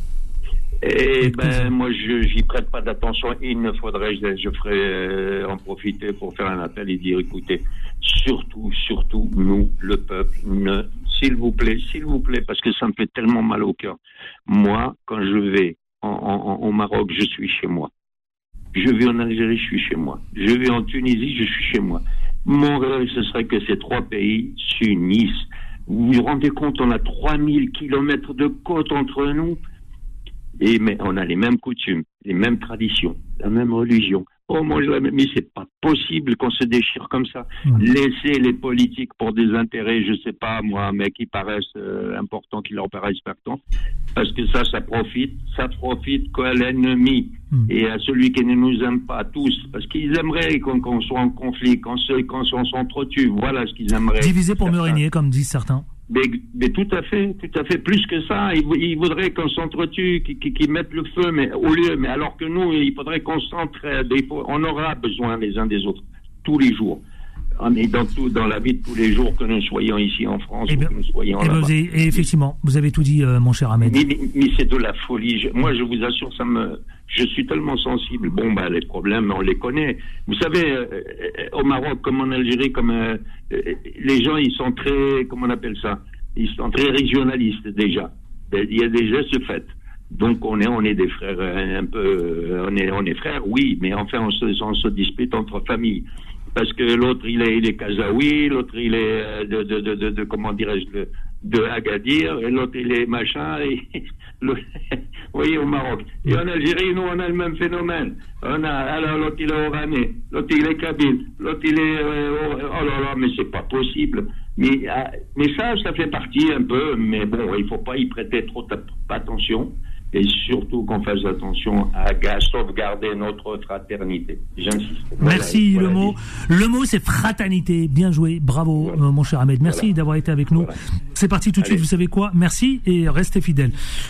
Et moi, j'y prête pas d'attention. Il ne faudrait, je ferais en profiter pour faire un appel et dire, écoutez, surtout, nous, le peuple, s'il vous plaît, parce que ça me fait tellement mal au cœur. Moi, quand je vais au Maroc, je suis chez moi. Je vais en Algérie, je suis chez moi. Je vais en Tunisie, je suis chez moi. Mon rêve, ce serait que ces trois pays s'unissent. Vous vous rendez compte, on a 3000 kilomètres de côte entre nous. Mais on a les mêmes coutumes, les mêmes traditions, la même religion. Oh, moi, mais c'est pas possible qu'on se déchire comme ça. Laisser les politiques pour des intérêts, je sais pas, moi, mais qui paraissent importants, qui leur paraissent importants. Parce que ça profite qu'à l'ennemi et à celui qui ne nous aime pas tous. Parce qu'ils aimeraient qu'on soit en conflit, qu'on s'entretue. Voilà ce qu'ils aimeraient. Diviser pour mieux régner, comme disent certains. Mais tout à fait. Plus que ça, ils voudraient qu'on s'entretue, qu'ils mettent le feu, mais alors que nous, il faudrait qu'on s'entraide. On aura besoin les uns des autres tous les jours. On est dans la vie de tous les jours, que nous soyons ici en France ou que nous soyons là-bas. Et effectivement, vous avez tout dit, mon cher Ahmed. Mais c'est de la folie. Moi, je vous assure, je suis tellement sensible. Bon, les problèmes, on les connaît. Vous savez, au Maroc, comme en Algérie, les gens, ils sont très, comment on appelle ça? Ils sont très régionalistes déjà. Il y a des gestes faits. Donc on est des frères un peu, on est frères, oui, mais enfin on se dispute entre familles. Parce que l'autre il est Kazaoui, l'autre il est de comment dirais-je, de Agadir, et l'autre il est machin, vous voyez, au Maroc. Et en Algérie, nous on a le même phénomène. Alors l'autre il est oranais, l'autre il est kabyle, l'autre il est oh là là, mais c'est pas possible. Mais ça fait partie un peu, mais bon, il faut pas y prêter trop attention. Et surtout qu'on fasse attention à sauvegarder notre fraternité. J'insiste. Merci, voilà, le mot c'est fraternité. Bien joué, bravo, mon cher Ahmed. Merci d'avoir été avec nous. C'est parti tout de suite, vous savez quoi? Merci et restez fidèles.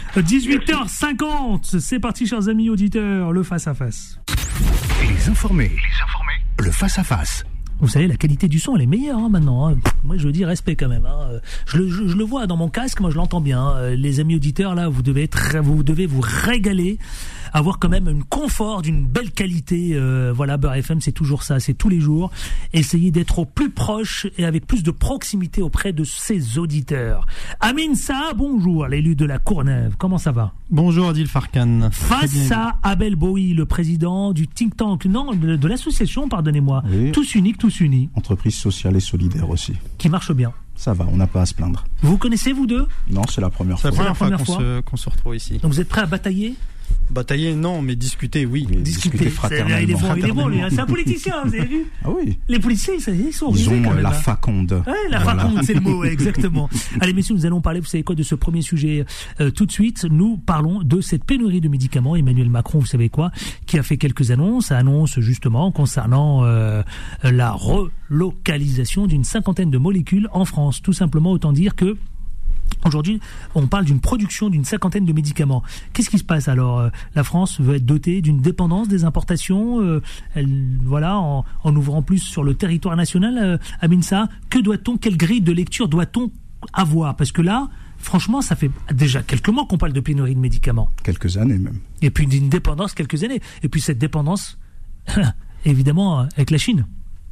18h50, c'est parti, chers amis auditeurs, le face-à-face. Les informés, le face-à-face. Vous savez, la qualité du son, elle est meilleure maintenant. Hein. Moi, je dis respect quand même. Hein. Je le vois dans mon casque, moi je l'entends bien. Hein. Les amis auditeurs, là, vous devez vous régaler, avoir quand même un confort d'une belle qualité. Voilà, Beurre FM, c'est toujours ça, c'est tous les jours. Essayez d'être au plus proche et avec plus de proximité auprès de ses auditeurs. Amin Saa, bonjour, l'élu de la Courneuve. Comment ça va? Bonjour Adil Farkan. Face à Abel Bowie, le président du think tank, non, de l'association, pardonnez-moi, oui. Tous unis. Entreprise sociale et solidaire aussi. Qui marche bien. Ça va, on n'a pas à se plaindre. Vous connaissez, vous deux? Non, c'est la première fois. C'est la première fois qu'on se retrouve ici. Donc vous êtes prêts à batailler? Batailler, non, mais discuter, oui. Discuter fraternellement. Il est bon, lui. C'est un politicien, vous avez vu? Ah oui. Les politiciens, ils sont Ils ont quand même, la faconde. Ouais, la faconde, c'est le mot, exactement. Allez, messieurs, nous allons parler, vous savez quoi, de ce premier sujet tout de suite. Nous parlons de cette pénurie de médicaments. Emmanuel Macron, vous savez quoi, qui a fait quelques annonces justement concernant la relocalisation d'une 50aine de molécules en France. Tout simplement, autant dire que aujourd'hui, on parle d'une production d'une 50aine de médicaments. Qu'est-ce qui se passe alors? La France veut être dotée d'une dépendance des importations, en ouvrant plus sur le territoire national. Amin Saa, quelle grille de lecture doit-on avoir? Parce que là, franchement, ça fait déjà quelques mois qu'on parle de pénurie de médicaments. Quelques années même. Et puis d'une dépendance quelques années. Et puis cette dépendance, évidemment, avec la Chine.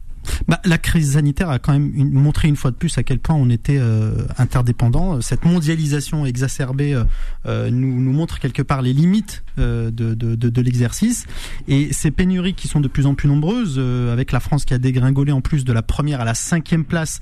La crise sanitaire a quand même montré une fois de plus à quel point on était interdépendants. Cette mondialisation exacerbée nous montre quelque part les limites de l'exercice. Et ces pénuries qui sont de plus en plus nombreuses, avec la France qui a dégringolé en plus de la première à la 5e place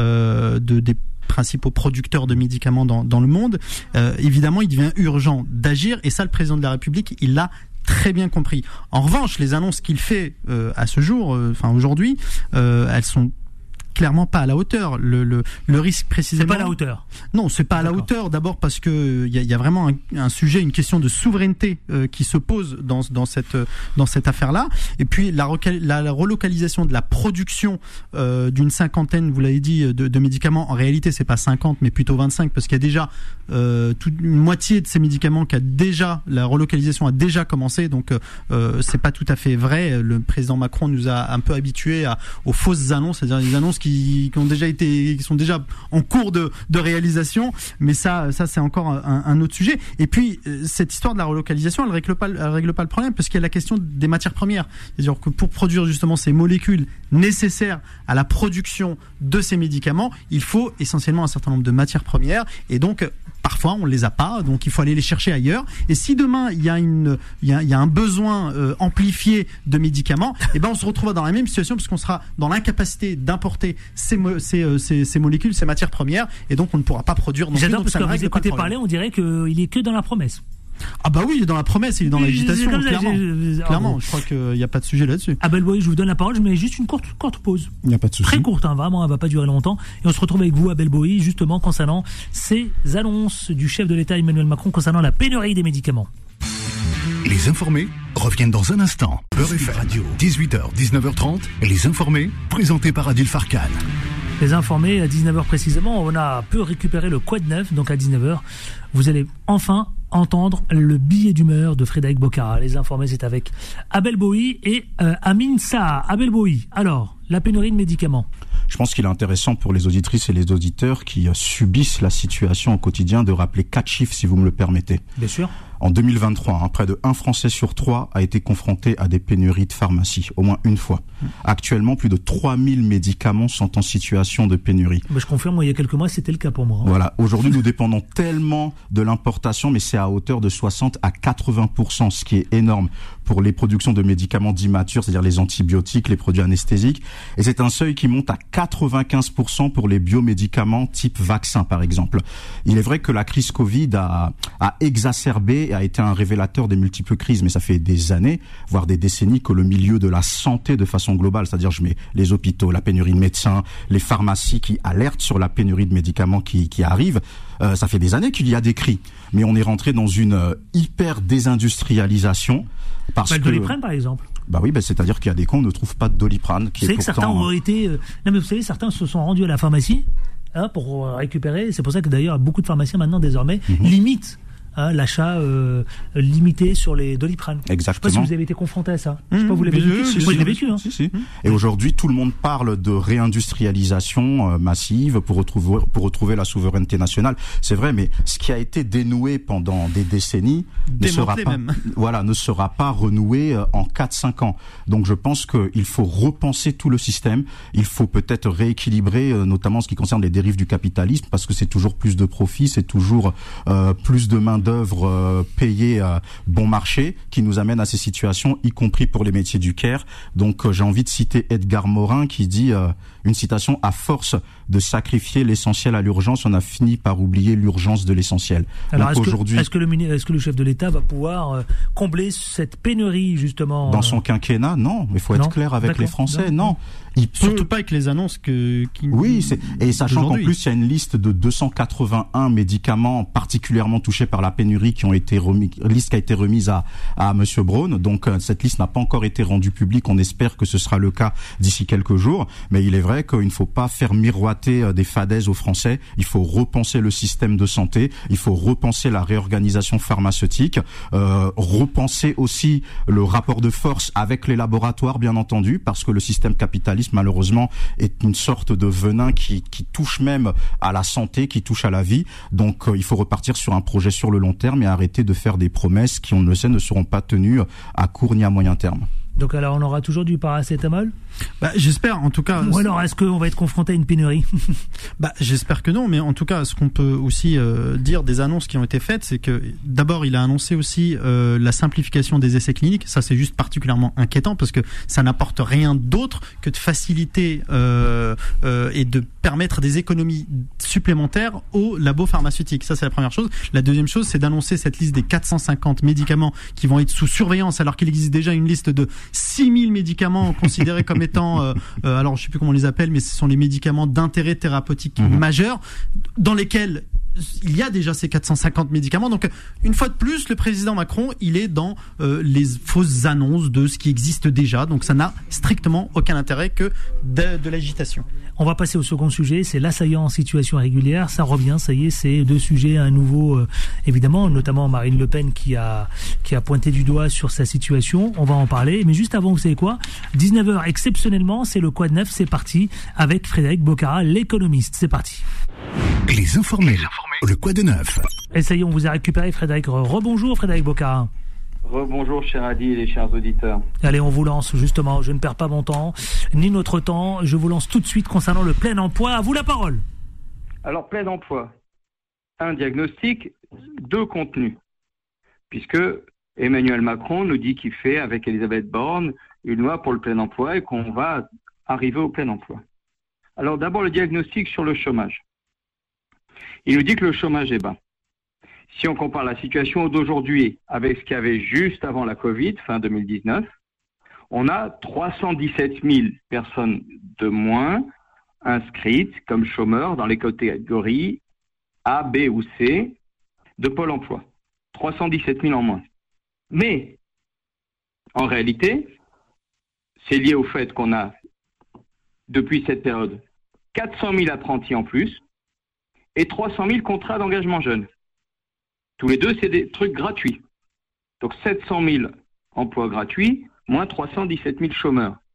des principaux producteurs de médicaments dans le monde, évidemment il devient urgent d'agir, et ça le président de la République, il l'a très bien compris. En revanche, les annonces qu'il fait à ce jour, aujourd'hui, elles sont clairement pas à la hauteur. Le risque précisément. C'est pas à la hauteur. Non, c'est pas à la hauteur. D'abord parce que il y a vraiment un sujet, une question de souveraineté qui se pose dans cette affaire-là. Et puis la relocalisation de la production d'une 50aine, vous l'avez dit, de médicaments. En réalité, c'est pas 50, mais plutôt 25, parce qu'il y a déjà une moitié de ces médicaments la relocalisation a déjà commencé. Donc c'est pas tout à fait vrai. Le président Macron nous a un peu habitués aux fausses annonces, c'est-à-dire des annonces qui sont déjà en cours de réalisation, mais ça c'est encore un autre sujet. Et puis cette histoire de la relocalisation, elle règle pas le problème, parce qu'il y a la question des matières premières. C'est-à-dire que pour produire justement ces molécules nécessaires à la production de ces médicaments, il faut essentiellement un certain nombre de matières premières, et donc parfois on les a pas, donc il faut aller les chercher ailleurs. Et si demain il y a un besoin amplifié de médicaments, on se retrouvera dans la même situation, parce qu'on sera dans l'incapacité d'importer ces molécules, ces matières premières, et donc on ne pourra pas produire. J'adore, parce que vous écoutez parler, on dirait qu'il est que dans la promesse. Ah bah oui, il est dans la promesse, il est dans l'agitation, clairement. Clairement, je crois qu'il n'y a pas de sujet là-dessus. Abel Bowie, je vous donne la parole, je mets juste une courte pause. Il n'y a pas de souci. Très courte, vraiment, elle va pas durer longtemps. Et on se retrouve avec vous, Abel Bowie, justement concernant ces annonces du chef de l'État Emmanuel Macron concernant la pénurie des médicaments. Les informés reviennent dans un instant. Beurre FM Radio, 18h, 19h30. Les informés, présentés par Adil Farkan. Les informés, à 19h précisément, on a peu récupéré le Quad Neuf, donc à 19h, vous allez enfin entendre le billet d'humeur de Frédéric Bocara. Les informés, c'est avec Abel Bowie et Amin Saa. Abel Bowie, alors, la pénurie de médicaments. Je pense qu'il est intéressant pour les auditrices et les auditeurs qui subissent la situation au quotidien de rappeler 4 chiffres, si vous me le permettez. Bien sûr. En 2023, près de 1 Français sur 3 a été confronté à des pénuries de pharmacie, au moins une fois. Actuellement, plus de 3000 médicaments sont en situation de pénurie. Je confirme, il y a quelques mois, c'était le cas pour moi. Voilà. Aujourd'hui, nous dépendons tellement de l'importation, mais c'est à hauteur de 60 à 80%, ce qui est énorme pour les productions de médicaments dits matures, c'est-à-dire les antibiotiques, les produits anesthésiques. Et c'est un seuil qui monte à 95% pour les biomédicaments type vaccin, par exemple. Il est vrai que la crise Covid a exacerbé et a été un révélateur des multiples crises, mais ça fait des années, voire des décennies, que le milieu de la santé de façon globale, c'est-à-dire je mets les hôpitaux, la pénurie de médecins, les pharmacies qui alertent sur la pénurie de médicaments qui arrive, ça fait des années qu'il y a des cris. Mais on est rentré dans une hyper désindustrialisation. Parce le Doliprane, par exemple. Oui, c'est-à-dire qu'il y a des cas où on ne trouve pas de Doliprane. Vous savez que certains ont été... Non, mais vous savez, certains se sont rendus à la pharmacie pour récupérer. C'est pour ça que d'ailleurs, beaucoup de pharmaciens maintenant, désormais, limitent l'achat limité sur les Doliprane. Exactement. Je ne sais pas si vous avez été confronté à ça. Je sais pas, vous l'avez vécu. Moi, je l'ai vécu. Si. Et aujourd'hui, tout le monde parle de réindustrialisation massive pour retrouver la souveraineté nationale. C'est vrai, mais ce qui a été dénoué pendant des décennies ne sera pas renoué en 4-5 ans. Donc je pense qu'il faut repenser tout le système. Il faut peut-être rééquilibrer, notamment en ce qui concerne les dérives du capitalisme, parce que c'est toujours plus de profits, c'est toujours plus de main-d'œuvre payée bon marché qui nous amène à ces situations, y compris pour les métiers du care. Donc j'ai envie de citer Edgar Morin qui dit une citation: à force de sacrifier l'essentiel à l'urgence, on a fini par oublier l'urgence de l'essentiel. Alors est-ce que le chef de l'État va pouvoir combler cette pénurie justement dans son quinquennat? Non, il faut être clair avec les Français. Non. Surtout pas avec les annonces Oui, et sachant qu'en plus il y a une liste de 281 médicaments particulièrement touchés par la pénurie qui a été remise à Monsieur Braun. Donc cette liste n'a pas encore été rendue publique. On espère que ce sera le cas d'ici quelques jours. Mais il est vrai qu'il ne faut pas faire miroiter des fadaises aux Français. Il faut repenser le système de santé. Il faut repenser la réorganisation pharmaceutique. Repenser aussi le rapport de force avec les laboratoires, bien entendu, parce que le système capitaliste, malheureusement, est une sorte de venin qui touche même à la santé, qui touche à la vie. Donc il faut repartir sur un projet sur le long terme et arrêter de faire des promesses qui, on le sait, ne seront pas tenues à court ni à moyen terme. Donc alors on aura toujours du paracétamol ? J'espère, en tout cas. Ou alors est-ce qu'on va être confronté à une pénurie ? J'espère que non, mais en tout cas, ce qu'on peut aussi dire des annonces qui ont été faites, c'est que d'abord il a annoncé aussi la simplification des essais cliniques. Ça, c'est juste particulièrement inquiétant parce que ça n'apporte rien d'autre que de faciliter et de permettre des économies supplémentaires aux labos pharmaceutiques. Ça, c'est la première chose. La deuxième chose, c'est d'annoncer cette liste des 450 médicaments qui vont être sous surveillance, alors qu'il existe déjà une liste de 6000 médicaments considérés comme étant, alors je sais plus comment on les appelle, mais ce sont les médicaments d'intérêt thérapeutique majeur, dans lesquels il y a déjà ces 450 médicaments. Donc, une fois de plus, le président Macron, il est dans les fausses annonces de ce qui existe déjà. Donc, ça n'a strictement aucun intérêt que de l'agitation. On va passer au second sujet, c'est l'assaillant en situation irrégulière. Ça revient, ça y est, c'est 2 sujets à nouveau, évidemment, notamment Marine Le Pen qui a pointé du doigt sur sa situation. On va en parler. Mais juste avant, vous savez quoi ? 19h, exceptionnellement, c'est le Quoi de Neuf. C'est parti avec Frédéric Bocara, l'économiste. C'est parti. Les informés. Le Quoi de Neuf. Et ça y est, on vous a récupéré, Frédéric. Rebonjour, Frédéric Bocara. Rebonjour, cher Adil et chers auditeurs. Allez, on vous lance, justement. Je ne perds pas mon temps, ni notre temps. Je vous lance tout de suite concernant le plein emploi. À vous la parole. Alors, plein emploi. 1 diagnostic, 2 contenus. Puisque Emmanuel Macron nous dit qu'il fait, avec Elisabeth Borne, une loi pour le plein emploi et qu'on va arriver au plein emploi. Alors, d'abord, le diagnostic sur le chômage. Il nous dit que le chômage est bas. Si on compare la situation d'aujourd'hui avec ce qu'il y avait juste avant la Covid, fin 2019, on a 317 000 personnes de moins inscrites comme chômeurs dans les catégories A, B ou C de Pôle emploi. 317 000 en moins. Mais, en réalité, c'est lié au fait qu'on a, depuis cette période, 400 000 apprentis en plus et 300 000 contrats d'engagement jeunes. Tous les deux, c'est des trucs gratuits. Donc 700 000 emplois gratuits, moins 317 000 chômeurs.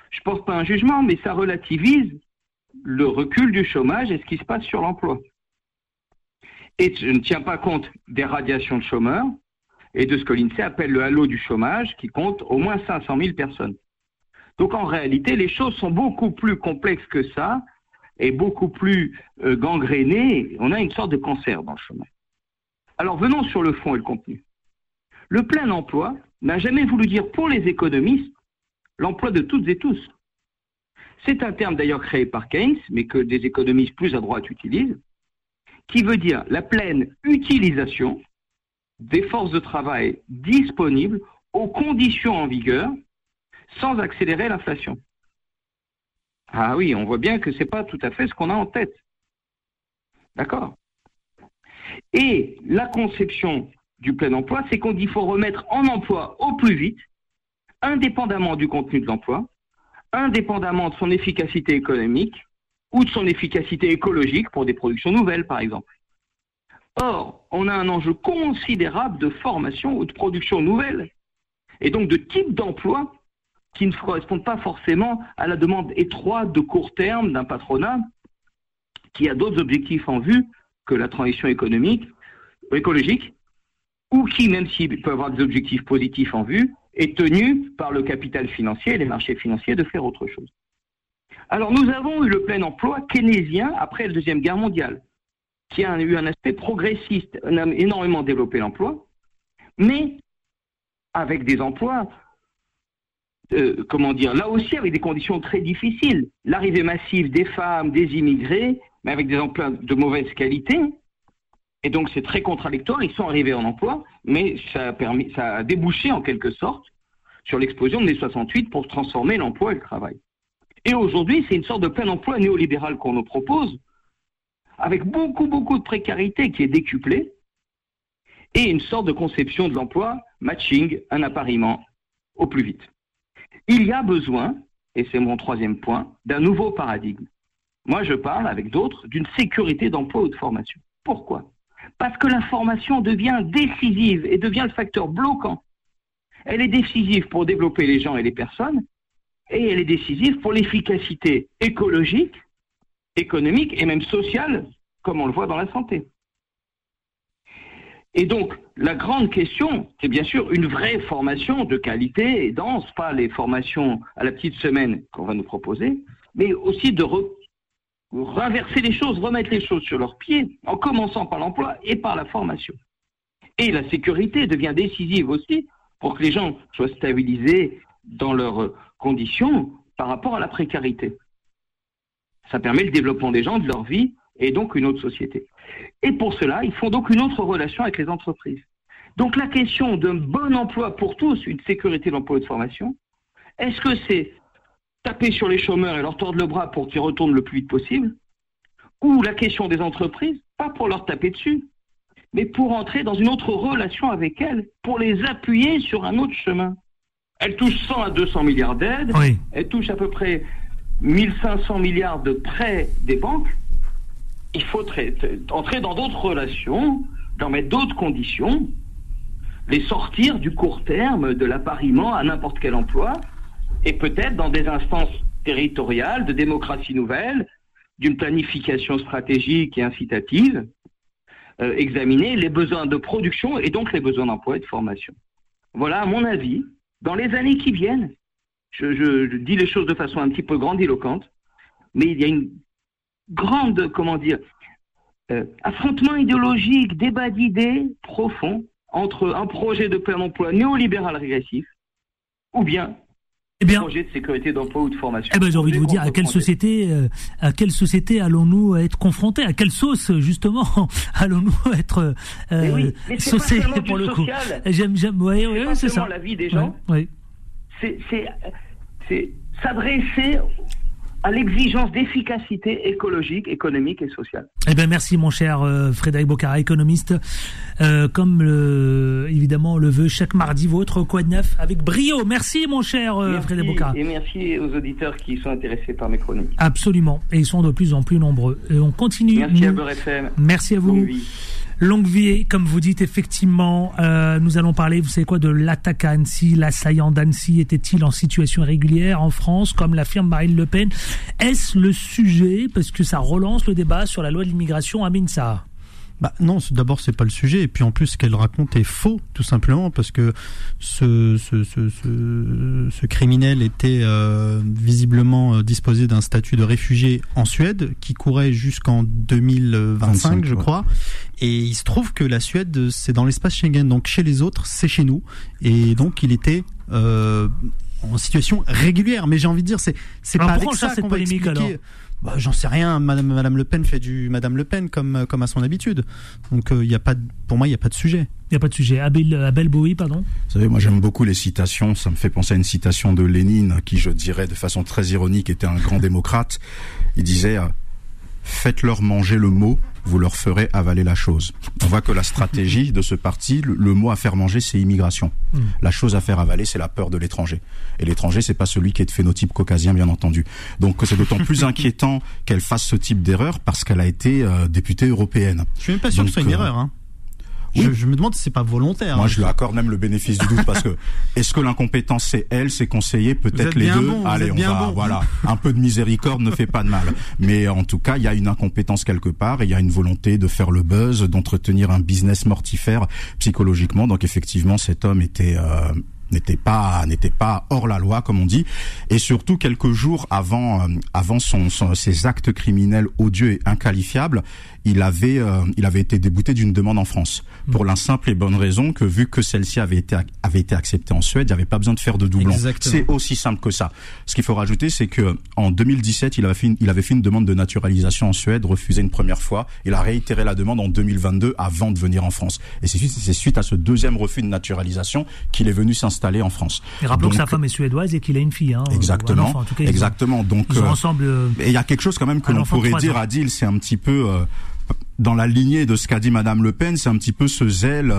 je porte pas un jugement, mais ça relativise le recul du chômage et ce qui se passe sur l'emploi. Et je ne tiens pas compte des radiations de chômeurs et de ce que l'INSEE appelle le halo du chômage, qui compte au moins 500 000 personnes. Donc en réalité, les choses sont beaucoup plus complexes que ça et beaucoup plus gangrénées. On a une sorte de cancer dans le chômage. Alors venons sur le fond et le contenu. Le plein emploi n'a jamais voulu dire pour les économistes l'emploi de toutes et tous. C'est un terme d'ailleurs créé par Keynes, mais que des économistes plus à droite utilisent, qui veut dire la pleine utilisation des forces de travail disponibles aux conditions en vigueur, sans accélérer l'inflation. Ah oui, on voit bien que ce n'est pas tout à fait ce qu'on a en tête. D'accord ? Et la conception du plein emploi, c'est qu'on dit qu'il faut remettre en emploi au plus vite, indépendamment du contenu de l'emploi, indépendamment de son efficacité économique ou de son efficacité écologique pour des productions nouvelles, par exemple. Or, on a un enjeu considérable de formation ou de production nouvelle, et donc de type d'emploi qui ne correspondent pas forcément à la demande étroite de court terme d'un patronat qui a d'autres objectifs en vue que la transition écologique, ou qui, même s'il peut avoir des objectifs positifs en vue, est tenu par le capital financier et les marchés financiers de faire autre chose. Alors nous avons eu le plein emploi keynésien après la Deuxième Guerre mondiale, qui a eu un aspect progressiste, on a énormément développé l'emploi, mais avec des emplois, là aussi avec des conditions très difficiles. L'arrivée massive des femmes, des immigrés, mais avec des emplois de mauvaise qualité, et donc c'est très contradictoire, ils sont arrivés en emploi, mais ça a débouché en quelque sorte sur l'explosion de mai 68 pour transformer l'emploi et le travail. Et aujourd'hui, c'est une sorte de plein emploi néolibéral qu'on nous propose, avec beaucoup de précarité qui est décuplée, et une sorte de conception de l'emploi, matching, un appariement au plus vite. Il y a besoin, et c'est mon troisième point, d'un nouveau paradigme. Moi, je parle, avec d'autres, d'une sécurité d'emploi ou de formation. Pourquoi ? Parce que la formation devient décisive et devient le facteur bloquant. Elle est décisive pour développer les gens et les personnes, et elle est décisive pour l'efficacité écologique, économique et même sociale, comme on le voit dans la santé. Et donc, la grande question, c'est bien sûr une vraie formation de qualité et dense, pas les formations à la petite semaine qu'on va nous proposer, mais aussi de renverser les choses, remettre les choses sur leurs pieds, en commençant par l'emploi et par la formation. Et la sécurité devient décisive aussi pour que les gens soient stabilisés dans leurs conditions par rapport à la précarité. Ça permet le développement des gens, de leur vie, et donc une autre société. Et pour cela, il faut donc une autre relation avec les entreprises. Donc la question d'un bon emploi pour tous, une sécurité d'emploi et de formation, est-ce que c'est taper sur les chômeurs et leur tordre le bras pour qu'ils retournent le plus vite possible, ou la question des entreprises, pas pour leur taper dessus, mais pour entrer dans une autre relation avec elles, pour les appuyer sur un autre chemin. Elles touchent 100 à 200 milliards d'aides, oui. Elles touchent à peu près 1500 milliards de prêts des banques. Il faut entrer dans d'autres relations, leur mettre d'autres conditions, les sortir du court terme, de l'appariement à n'importe quel emploi, et peut-être dans des instances territoriales, de démocratie nouvelle, d'une planification stratégique et incitative, examiner les besoins de production et donc les besoins d'emploi et de formation. Voilà, à mon avis, dans les années qui viennent, je dis les choses de façon un petit peu grandiloquente, mais il y a une grande, affrontement idéologique, débat d'idées profond entre un projet de plein emploi néolibéral régressif ou bien un projet de sécurité d'emploi ou de formation. J'ai envie de vous dire, à quelle société allons-nous être confrontés ? À quelle sauce, justement, allons-nous être saucés pour le coup ? C'est ça. La vie des gens. Oui. C'est s'adresser à l'exigence d'efficacité écologique, économique et sociale. Merci mon cher Frédéric Bocara, économiste, comme évidemment le veut chaque mardi votre Quoi de neuf avec brio. Merci mon cher Frédéric Bocara. Et merci aux auditeurs qui sont intéressés par mes chroniques. Absolument, et ils sont de plus en plus nombreux. Et on continue. Merci à Beurre FM. Merci à vous. Longue vie, comme vous dites, effectivement, nous allons parler, vous savez quoi, de l'attaque à Annecy. L'assaillant d'Annecy était-il en situation irrégulière en France, comme l'affirme Marine Le Pen? Est-ce le sujet, parce que ça relance le débat sur la loi de l'immigration à Minsa? Non, d'abord c'est pas le sujet, et puis en plus ce qu'elle raconte est faux, tout simplement, parce que ce criminel était visiblement disposé d'un statut de réfugié en Suède qui courait jusqu'en 2025, je crois, et il se trouve que la Suède c'est dans l'espace Schengen, donc chez les autres c'est chez nous, et donc il était en situation régulière, mais j'ai envie de dire c'est pas avec ça qu'on va expliquer. J'en sais rien. Madame Le Pen fait du Madame Le Pen comme à son habitude. Donc pour moi il y a pas de sujet. Il y a pas de sujet. Abel Bowie, pardon. Vous savez, moi j'aime beaucoup les citations. Ça me fait penser à une citation de Lénine, qui, je dirais de façon très ironique, était un grand démocrate. Il disait faites-leur manger le mot, vous leur ferez avaler la chose. On voit que la stratégie de ce parti, le mot à faire manger, c'est immigration. La chose à faire avaler, c'est la peur de l'étranger. Et l'étranger, c'est pas celui qui est de phénotype caucasien, bien entendu. Donc c'est d'autant plus inquiétant qu'elle fasse ce type d'erreur parce qu'elle a été députée européenne. Je suis même pas sûr que ce soit une erreur, hein. Oui. Je me demande si c'est pas volontaire. Moi, je lui accorde même le bénéfice du doute parce que est-ce que l'incompétence c'est elle, ses conseillers, peut-être les deux. Allez, voilà. Un peu de miséricorde ne fait pas de mal. Mais en tout cas, il y a une incompétence quelque part et il y a une volonté de faire le buzz, d'entretenir un business mortifère psychologiquement. Donc effectivement, cet homme n'était pas hors la loi, comme on dit, et surtout quelques jours avant ses actes criminels odieux et inqualifiables, il avait été débouté d'une demande en France pour la simple et bonne raison que vu que celle-ci avait été acceptée en Suède, il n'y avait pas besoin de faire de doublons. C'est aussi simple que ça. Ce qu'il faut rajouter, c'est que en 2017, il avait fait une demande de naturalisation en Suède, refusée une première fois. Il a réitéré la demande en 2022 avant de venir en France. Et c'est suite à ce deuxième refus de naturalisation qu'il est venu s'installer en France. Et rappelons que sa femme est suédoise et qu'il a une fille. Exactement. Enfant, en tout cas, exactement. Donc, ils ensemble. Et il y a quelque chose quand même que l'on pourrait dire, Adil, c'est un petit peu dans la lignée de ce qu'a dit Madame Le Pen, c'est un petit peu ce zèle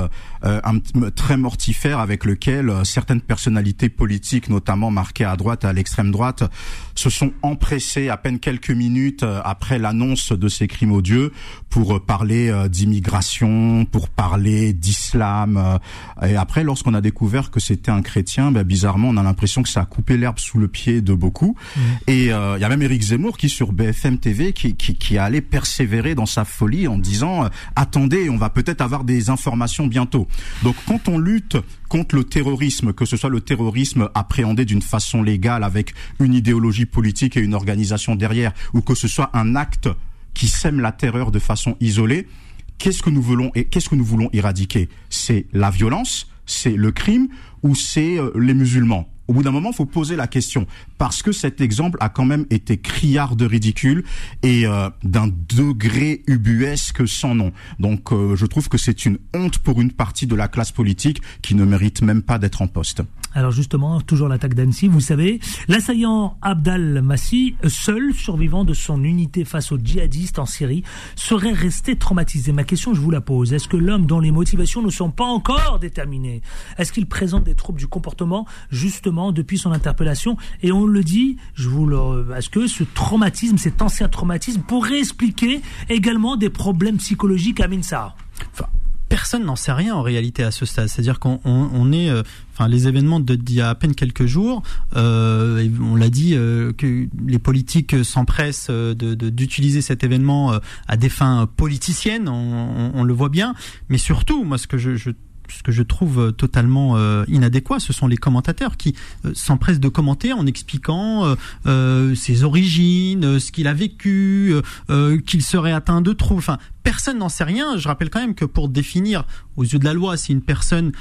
très mortifère avec lequel certaines personnalités politiques, notamment marquées à droite et à l'extrême droite, se sont empressées à peine quelques minutes après l'annonce de ces crimes odieux pour parler d'immigration, pour parler d'islam. Et après, lorsqu'on a découvert que c'était un chrétien, bizarrement, on a l'impression que ça a coupé l'herbe sous le pied de beaucoup. Et il y a même Éric Zemmour qui, sur BFM TV, qui a allé persévérer dans sa folie en disant attendez, on va peut-être avoir des informations bientôt. Donc quand on lutte contre le terrorisme, que ce soit le terrorisme appréhendé d'une façon légale avec une idéologie politique et une organisation derrière, ou que ce soit un acte qui sème la terreur de façon isolée, qu'est-ce que nous voulons éradiquer? C'est la violence, c'est le crime, ou c'est les musulmans? Au bout d'un moment, il faut poser la question, parce que cet exemple a quand même été criard de ridicule et d'un degré ubuesque sans nom. Donc je trouve que c'est une honte pour une partie de la classe politique qui ne mérite même pas d'être en poste. Alors justement, toujours l'attaque d'Annecy, vous savez, l'assaillant Abdal Massi, seul survivant de son unité face aux djihadistes en Syrie, serait resté traumatisé. Ma question, je vous la pose. Est-ce que l'homme dont les motivations ne sont pas encore déterminées, est-ce qu'il présente des troubles du comportement, justement, depuis son interpellation? Et on le dit, est-ce que ce traumatisme, cet ancien traumatisme, pourrait expliquer également des problèmes psychologiques à Minsa? Personne n'en sait rien en réalité à ce stade. C'est-à-dire qu'on est, les événements d'il y a à peine quelques jours, on l'a dit, que les politiques s'empressent d'utiliser cet événement à des fins politiciennes. On le voit bien, mais surtout, moi, ce que je trouve totalement inadéquat, ce sont les commentateurs qui s'empressent de commenter en expliquant ses origines, ce qu'il a vécu, qu'il serait atteint de troubles. Enfin, personne n'en sait rien. Je rappelle quand même que pour définir aux yeux de la loi si une personne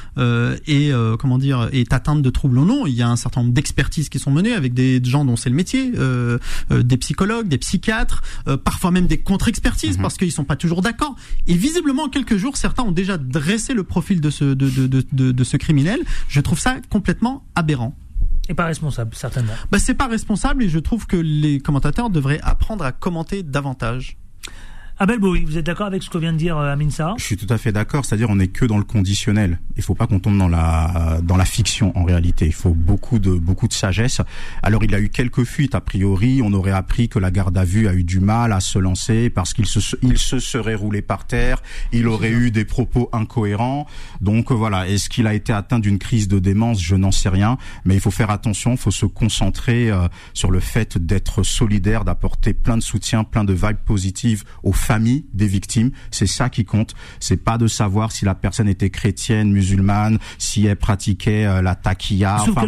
est atteinte de troubles ou non, il y a un certain nombre d'expertises qui sont menées avec des gens dont c'est le métier, des psychologues, des psychiatres, parfois même des contre-expertises parce qu'ils sont pas toujours d'accord. Et visiblement, en quelques jours, certains ont déjà dressé le profil de ce criminel. Je trouve ça complètement aberrant. Et pas responsable, certainement. C'est pas responsable et je trouve que les commentateurs devraient apprendre à commenter davantage. Abel Bowie, vous êtes d'accord avec ce que vient de dire Amin Sarr ? Je suis tout à fait d'accord, c'est-à-dire on n'est que dans le conditionnel. Il faut pas qu'on tombe dans la fiction en réalité. Il faut beaucoup de sagesse. Alors il a eu quelques fuites a priori. On aurait appris que la garde à vue a eu du mal à se lancer parce qu'il se serait roulé par terre. Il aurait eu des propos incohérents. Donc voilà. Est-ce qu'il a été atteint d'une crise de démence ? Je n'en sais rien. Mais il faut faire attention. Il faut se concentrer sur le fait d'être solidaire, d'apporter plein de soutien, plein de vibes positives aux famille des victimes, c'est ça qui compte. C'est pas de savoir si la personne était chrétienne, musulmane, si elle pratiquait la taqiyya. Sauf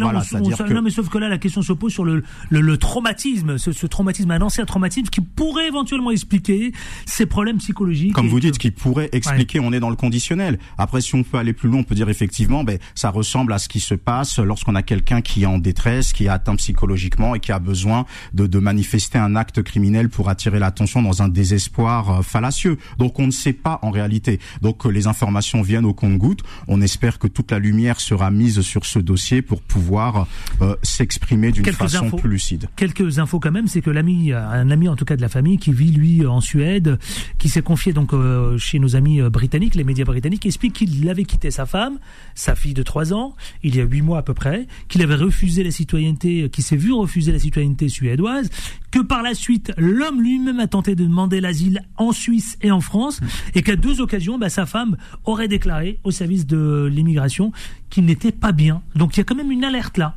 que là, la question se pose sur le traumatisme, ce traumatisme, un ancien traumatisme qui pourrait éventuellement expliquer ces problèmes psychologiques. Comme vous dites, qui pourrait expliquer, on est dans le conditionnel. Après, si on peut aller plus loin, on peut dire effectivement, ça ressemble à ce qui se passe lorsqu'on a quelqu'un qui est en détresse, qui est atteint psychologiquement et qui a besoin de manifester un acte criminel pour attirer l'attention dans un désespoir fallacieux. Donc on ne sait pas en réalité. Donc les informations viennent au compte-gouttes. On espère que toute la lumière sera mise sur ce dossier pour pouvoir s'exprimer d'une façon plus lucide. Quelques infos quand même, c'est que un ami en tout cas de la famille qui vit lui en Suède, qui s'est confié donc chez nos amis britanniques, les médias britanniques, explique qu'il avait quitté sa femme, sa fille de 3 ans, il y a 8 mois à peu près, qu'il avait refusé la citoyenneté, qu'il s'est vu refuser la citoyenneté suédoise, que par la suite l'homme lui-même a tenté de demander l'asile en Suisse et en France, et qu'à 2 occasions, sa femme aurait déclaré au service de l'immigration qu'il n'était pas bien. Donc il y a quand même une alerte là,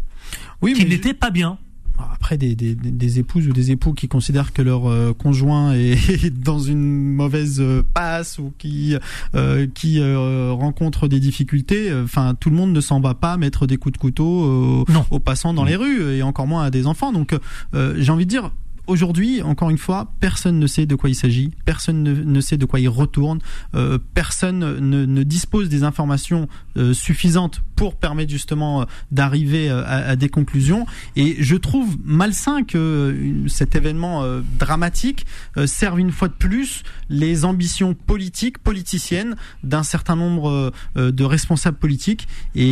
qu'il n'était pas bien. Après, des épouses ou des époux qui considèrent que leur conjoint est dans une mauvaise passe ou qui rencontre des difficultés, tout le monde ne s'en va pas mettre des coups de couteau aux passants dans les rues, et encore moins à des enfants. Donc j'ai envie de dire, aujourd'hui, encore une fois, personne ne sait de quoi il s'agit, personne ne sait de quoi il retourne, personne ne dispose des informations suffisantes pour permettre justement d'arriver à des conclusions. Et je trouve malsain que cet événement dramatique serve une fois de plus les ambitions politiciennes d'un certain nombre de responsables politiques,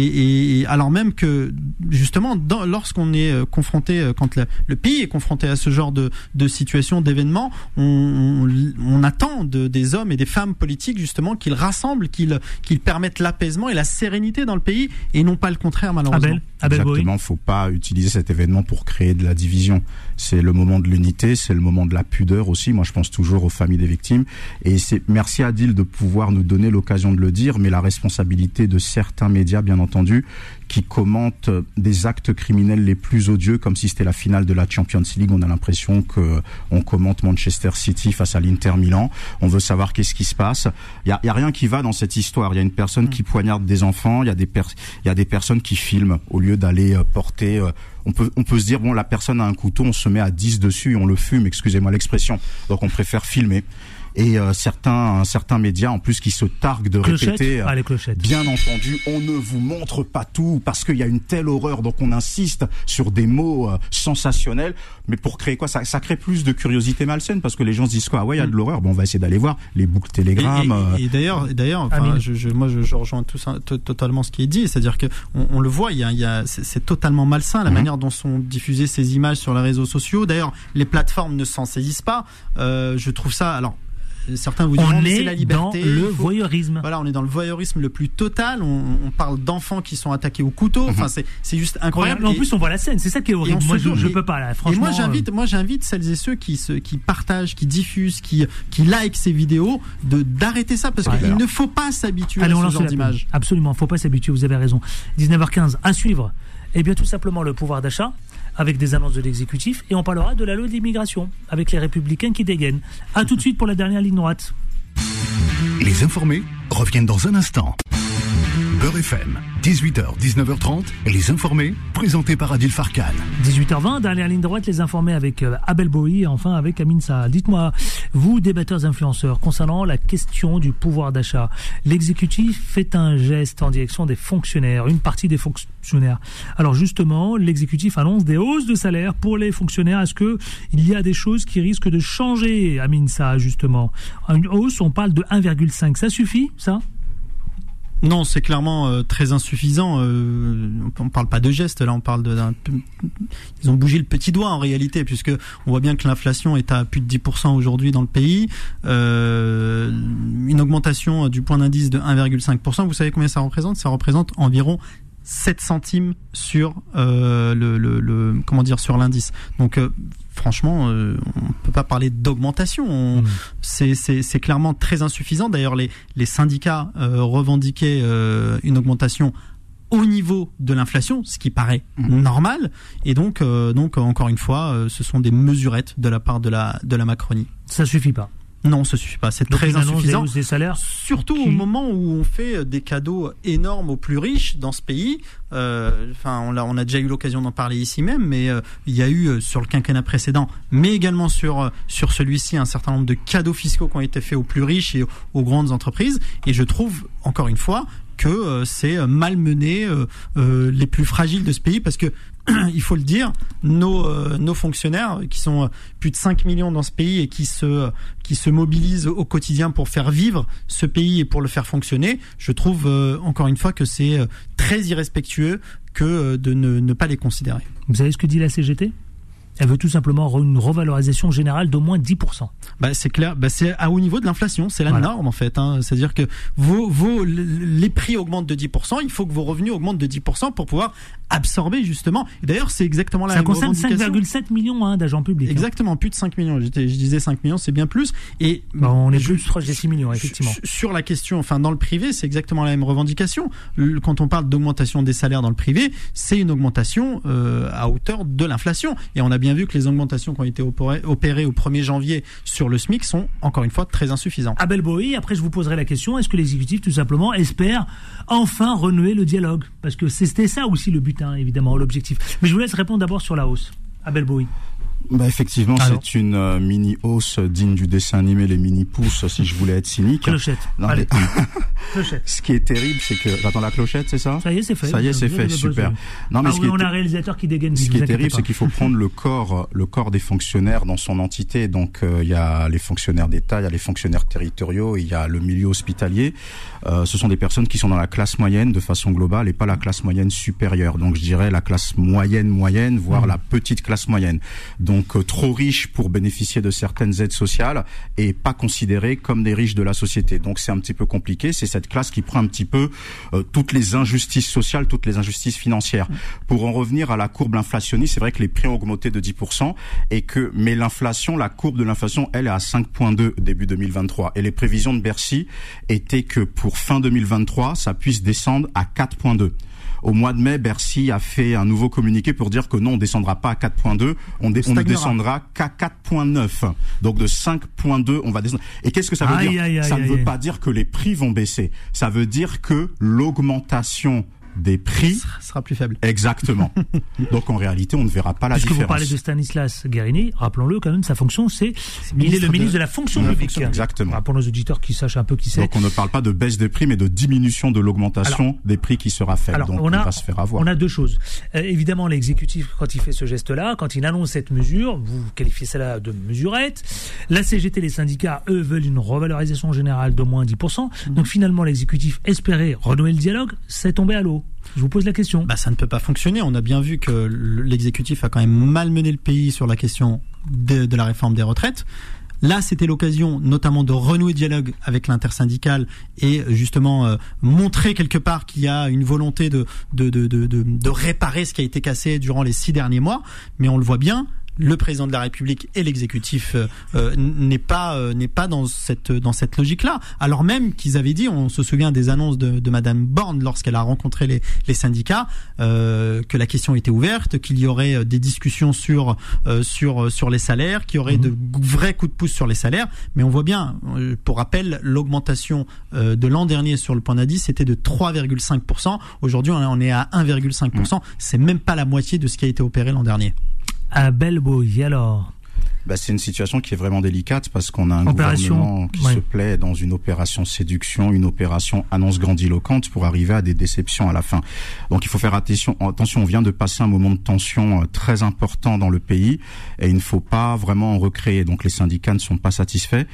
et alors même que justement lorsqu'on est confronté, quand le pays est confronté à ce genre de situations, d'événements, on attend des hommes et des femmes politiques justement qu'ils rassemblent, qu'ils permettent l'apaisement et la sérénité dans le pays, et non pas le contraire, malheureusement. Exactement, il ne faut pas utiliser cet événement pour créer de la division. C'est le moment de l'unité, c'est le moment de la pudeur aussi. Moi, je pense toujours aux familles des victimes. Et merci Adil de pouvoir nous donner l'occasion de le dire, mais la responsabilité de certains médias, bien entendu, qui commentent des actes criminels les plus odieux, comme si c'était la finale de la Champions League. On a l'impression qu'on commente Manchester City face à l'Inter Milan. On veut savoir qu'est-ce qui se passe. Il y a rien qui va dans cette histoire. Il y a une personne qui poignarde des enfants. Il y a des personnes qui filment au lieu d'aller porter. On peut se dire, bon, la personne a un couteau, on se met à 10 dessus et on le fume, excusez-moi l'expression. Donc on préfère filmer. Et certains médias en plus qui se targuent de répéter, bien entendu, on ne vous montre pas tout parce qu'il y a une telle horreur, donc on insiste sur des mots sensationnels, mais pour créer quoi? Ça crée plus de curiosité malsaine, parce que les gens se disent quoi? Ah ouais, il y a de l'horreur, bon, on va essayer d'aller voir les boucles Telegram. Et d'ailleurs, je rejoins totalement ce qui est dit, c'est-à-dire que on le voit, c'est totalement malsain la manière dont sont diffusées ces images sur les réseaux sociaux. D'ailleurs, les plateformes ne s'en saisissent pas. Je trouve ça, alors. Certains vous diront, c'est la liberté. On est dans le voyeurisme. Voilà, on est dans le voyeurisme le plus total. On parle d'enfants qui sont attaqués au couteau. Enfin, c'est juste incroyable. En plus, on voit la scène. C'est ça qui est horrible. Moi, je peux pas là. Franchement. Et moi, j'invite celles et ceux qui partagent, qui diffusent, qui like ces vidéos, d'arrêter ça, parce qu'il ne faut pas s'habituer à ce genre d'image. Absolument, faut pas s'habituer. Vous avez raison. 19h15 à suivre. Eh bien, tout simplement le pouvoir d'achat, avec des annonces de l'exécutif, et on parlera de la loi de l'immigration, avec les Républicains qui dégainent. A tout de suite pour la dernière ligne droite. Les informés reviennent dans un instant. Beurre FM, 18h, 19h30, les informés, présentés par Adil Farkan. 18h20, dernière ligne droite, les informés avec Abel Bowie et enfin avec Amin Sarr. Dites-moi, vous, débatteurs influenceurs, concernant la question du pouvoir d'achat, l'exécutif fait un geste en direction des fonctionnaires, une partie des fonctionnaires. Alors justement, l'exécutif annonce des hausses de salaire pour les fonctionnaires. Est-ce qu'il y a des choses qui risquent de changer, Amin Sarr, justement? Une hausse, on parle de 1,5. Ça suffit, ça ? Non, c'est clairement très insuffisant. On parle pas de gestes, là, on parle ils ont bougé le petit doigt en réalité, puisque on voit bien que l'inflation est à plus de 10% aujourd'hui dans le pays. Une augmentation du point d'indice de 1,5%. Vous savez combien ça représente ? Ça représente environ 7 centimes sur sur l'indice. Donc franchement, on peut pas parler d'augmentation. C'est clairement très insuffisant. D'ailleurs, les syndicats revendiquaient une augmentation au niveau de l'inflation, ce qui paraît normal. Et donc encore une fois, ce sont des mesurettes de la part de la Macronie. Ça suffit pas. Non, ça suffit pas. C'est donc très insuffisant. Des salaires surtout au moment où on fait des cadeaux énormes aux plus riches dans ce pays. On a déjà eu l'occasion d'en parler ici même, mais il y a eu sur le quinquennat précédent, mais également sur celui-ci, un certain nombre de cadeaux fiscaux qui ont été faits aux plus riches et aux grandes entreprises. Et je trouve, encore une fois, que c'est malmener les plus fragiles de ce pays, parce que il faut le dire, nos fonctionnaires, qui sont plus de 5 millions dans ce pays et qui se mobilisent au quotidien pour faire vivre ce pays et pour le faire fonctionner, je trouve encore une fois que c'est très irrespectueux que de ne pas les considérer. Vous savez ce que dit la CGT ? Elle veut tout simplement une revalorisation générale d'au moins 10%. C'est clair, c'est à haut niveau de l'inflation, c'est la norme en fait. C'est-à-dire que les prix augmentent de 10%, il faut que vos revenus augmentent de 10% pour pouvoir absorber justement. Et d'ailleurs, c'est exactement la même revendication. Ça concerne 5,7 millions d'agents publics. Exactement, plus de 5 millions. Je disais 5 millions, c'est bien plus. Et on est plus proche des 6 millions, effectivement. Sur la question, dans le privé, c'est exactement la même revendication. Quand on parle d'augmentation des salaires dans le privé, c'est une augmentation à hauteur de l'inflation. Et on a bien vu que les augmentations qui ont été opérées au 1er janvier sur le SMIC sont, encore une fois, très insuffisantes. Abel Bowie, après je vous poserai la question, est-ce que l'exécutif, tout simplement, espère enfin renouer le dialogue ? Parce que c'était ça aussi le but, évidemment, l'objectif. Mais je vous laisse répondre d'abord sur la hausse. Abel Bowie. Effectivement, c'est une mini-hausse digne du dessin animé Les Mini-Pousses, si je voulais être cynique. Clochette. Allez. Clochette. Ce qui est terrible, c'est que... J'attends la clochette, c'est ça ? Ça y est, c'est fait. Ça y est, c'est fait, super. Non, mais on a un réalisateur qui dégaine. Ce qui est terrible, c'est qu'il faut prendre le corps des fonctionnaires dans son entité. Donc, il y a les fonctionnaires d'État, il y a les fonctionnaires territoriaux, il y a le milieu hospitalier. Ce sont des personnes qui sont dans la classe moyenne de façon globale et pas la classe moyenne supérieure. Donc, je dirais la classe moyenne, voire la petite classe moyenne. Donc, trop riches pour bénéficier de certaines aides sociales et pas considérés comme des riches de la société. Donc c'est un petit peu compliqué. C'est cette classe qui prend un petit peu toutes les injustices sociales, toutes les injustices financières. Pour en revenir à la courbe inflationniste, c'est vrai que les prix ont augmenté de 10% mais la courbe de l'inflation, elle est à 5,2 début 2023. Et les prévisions de Bercy étaient que pour fin 2023, ça puisse descendre à 4,2. Au mois de mai, Bercy a fait un nouveau communiqué pour dire que non, on descendra pas à 4,2, on ne descendra qu'à 4,9. Donc de 5,2, on va descendre. Et qu'est-ce que ça veut dire ? Ça ne veut pas dire que les prix vont baisser. Ça veut dire que l'augmentation des prix sera plus faible. Exactement. Donc en réalité, on ne verra pas la différence. Puisque vous parlez de Stanislas Guerini, rappelons-le quand même, sa fonction, il est le ministre de la fonction publique. Exactement. Pour nos auditeurs qui sachent un peu qui c'est. Donc on ne parle pas de baisse des prix, mais de diminution de l'augmentation des prix qui sera faite. Donc on va se faire avoir. On a deux choses. Évidemment, l'exécutif, quand il fait ce geste-là, quand il annonce cette mesure, vous qualifiez cela de mesurette. La CGT, les syndicats, eux, veulent une revalorisation générale d'au moins 10%. Donc finalement, l'exécutif espérait renouer le dialogue, c'est tombé à l'eau. Je vous pose la question. Ça ne peut pas fonctionner. On a bien vu que l'exécutif a quand même malmené le pays sur la question de la réforme des retraites. Là, c'était l'occasion notamment de renouer dialogue avec l'intersyndicale et justement montrer quelque part qu'il y a une volonté de réparer ce qui a été cassé durant les 6 derniers mois. Mais on le voit bien, le président de la République et l'exécutif n'est pas dans cette logique-là. Alors même qu'ils avaient dit, on se souvient des annonces de Madame Borne lorsqu'elle a rencontré les syndicats, que la question était ouverte, qu'il y aurait des discussions sur les salaires, qu'il y aurait de vrais coups de pouce sur les salaires. Mais on voit bien, pour rappel, l'augmentation de l'an dernier sur le point d'indice c'était de 3,5%. Aujourd'hui, on est à 1,5%. C'est même pas la moitié de ce qui a été opéré l'an dernier. Abel Bowie, alors c'est une situation qui est vraiment délicate parce qu'on a un gouvernement qui se plaît dans une opération séduction, une opération annonce grandiloquente pour arriver à des déceptions à la fin. Donc il faut faire attention, on vient de passer un moment de tension très important dans le pays et il ne faut pas vraiment en recréer. Donc les syndicats ne sont pas satisfaits.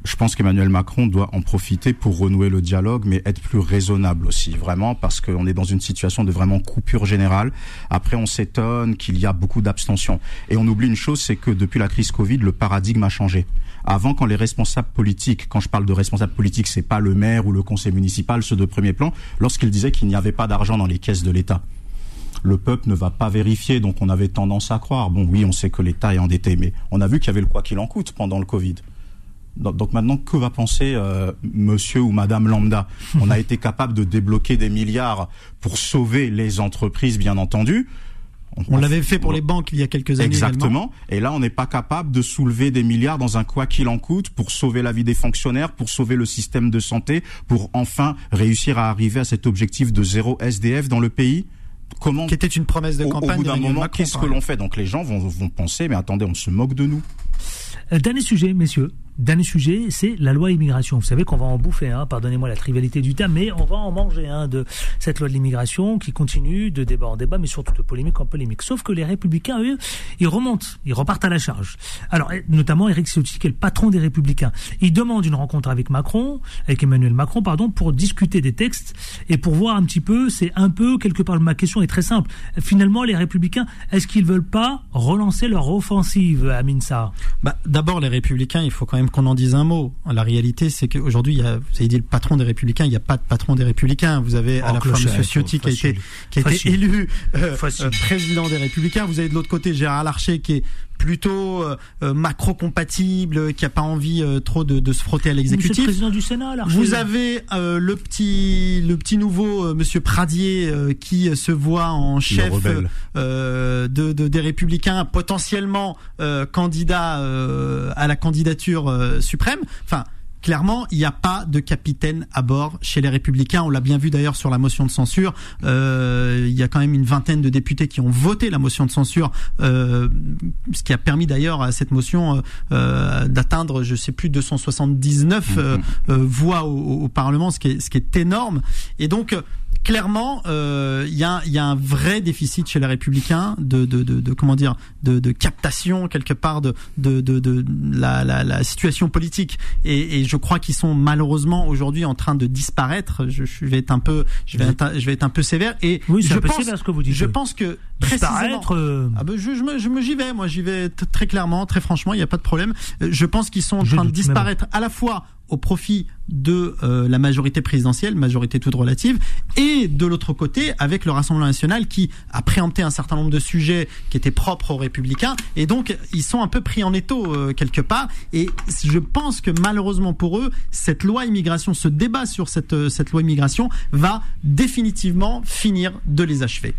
Je pense qu'Emmanuel Macron doit en profiter pour renouer le dialogue, mais être plus raisonnable aussi, vraiment, parce qu'on est dans une situation de vraiment coupure générale. Après, on s'étonne qu'il y a beaucoup d'abstention. Et on oublie une chose, c'est que depuis la crise Covid, le paradigme a changé. Avant, quand les responsables politiques, quand je parle de responsables politiques, c'est pas le maire ou le conseil municipal, ceux de premier plan, lorsqu'ils disaient qu'il n'y avait pas d'argent dans les caisses de l'État. Le peuple ne va pas vérifier, donc on avait tendance à croire. Bon, oui, on sait que l'État est endetté, mais on a vu qu'il y avait le quoi qu'il en coûte pendant le Covid. Donc maintenant, que va penser monsieur ou madame lambda? On a été capable de débloquer des milliards pour sauver les entreprises, bien entendu. On l'avait fait pour les banques il y a quelques années. Exactement. Également. Et là, on n'est pas capable de soulever des milliards dans un quoi qu'il en coûte pour sauver la vie des fonctionnaires, pour sauver le système de santé, pour enfin réussir à arriver à cet objectif de 0 SDF dans le pays. Comment, qui était une promesse de campagne. Au bout d'un moment, Macron, qu'est-ce que l'on fait? Donc les gens vont penser, mais attendez, on se moque de nous. Dernier sujet, messieurs. Dernier sujet, c'est la loi immigration. Vous savez qu'on va en bouffer, pardonnez-moi la trivialité du terme, mais on va en manger de cette loi de l'immigration qui continue de débat en débat, mais surtout de polémique en polémique. Sauf que les Républicains, eux, ils repartent à la charge. Alors, notamment Éric Ciotti, qui est le patron des Républicains. Il demande une rencontre avec Emmanuel Macron, pour discuter des textes et pour voir un petit peu, c'est un peu, quelque part, ma question est très simple. Finalement, les Républicains, est-ce qu'ils veulent pas relancer leur offensive, Amin Sarr? D'abord, les Républicains, il faut quand même qu'on en dise un mot. La réalité, c'est qu'aujourd'hui, vous avez dit le patron des Républicains, il n'y a pas de patron des Républicains. Vous avez à la fois M. Ciotti qui a été élu président des Républicains. Vous avez de l'autre côté Gérard Larcher qui est plutôt macro-compatible, qui n'a pas envie trop de se frotter à l'exécutif. Monsieur le président du Sénat, Larcher. Vous avez le petit nouveau Monsieur Pradier qui se voit en chef des Républicains, potentiellement candidat à la candidature suprême. Enfin, clairement, il n'y a pas de capitaine à bord chez les Républicains. On l'a bien vu d'ailleurs sur la motion de censure. Il y a quand même une vingtaine de députés qui ont voté la motion de censure, ce qui a permis d'ailleurs à cette motion d'atteindre, je sais plus, 279 voix au Parlement, ce qui est énorme. Et donc, clairement, il y a un vrai déficit chez les Républicains de captation quelque part de la situation politique. Et je crois qu'ils sont malheureusement aujourd'hui en train de disparaître. Je vais être un peu sévère. Et oui, je pense que précisément, j'y vais très clairement, très franchement, il n'y a pas de problème. Je pense qu'ils sont en train de disparaître à la fois au profit de la majorité présidentielle, majorité toute relative, et de l'autre côté avec le Rassemblement national qui a préempté un certain nombre de sujets qui étaient propres aux Républicains, et donc ils sont un peu pris en étau quelque part. Et je pense que malheureusement pour eux, cette loi immigration, ce débat sur cette loi immigration va définitivement finir de les achever.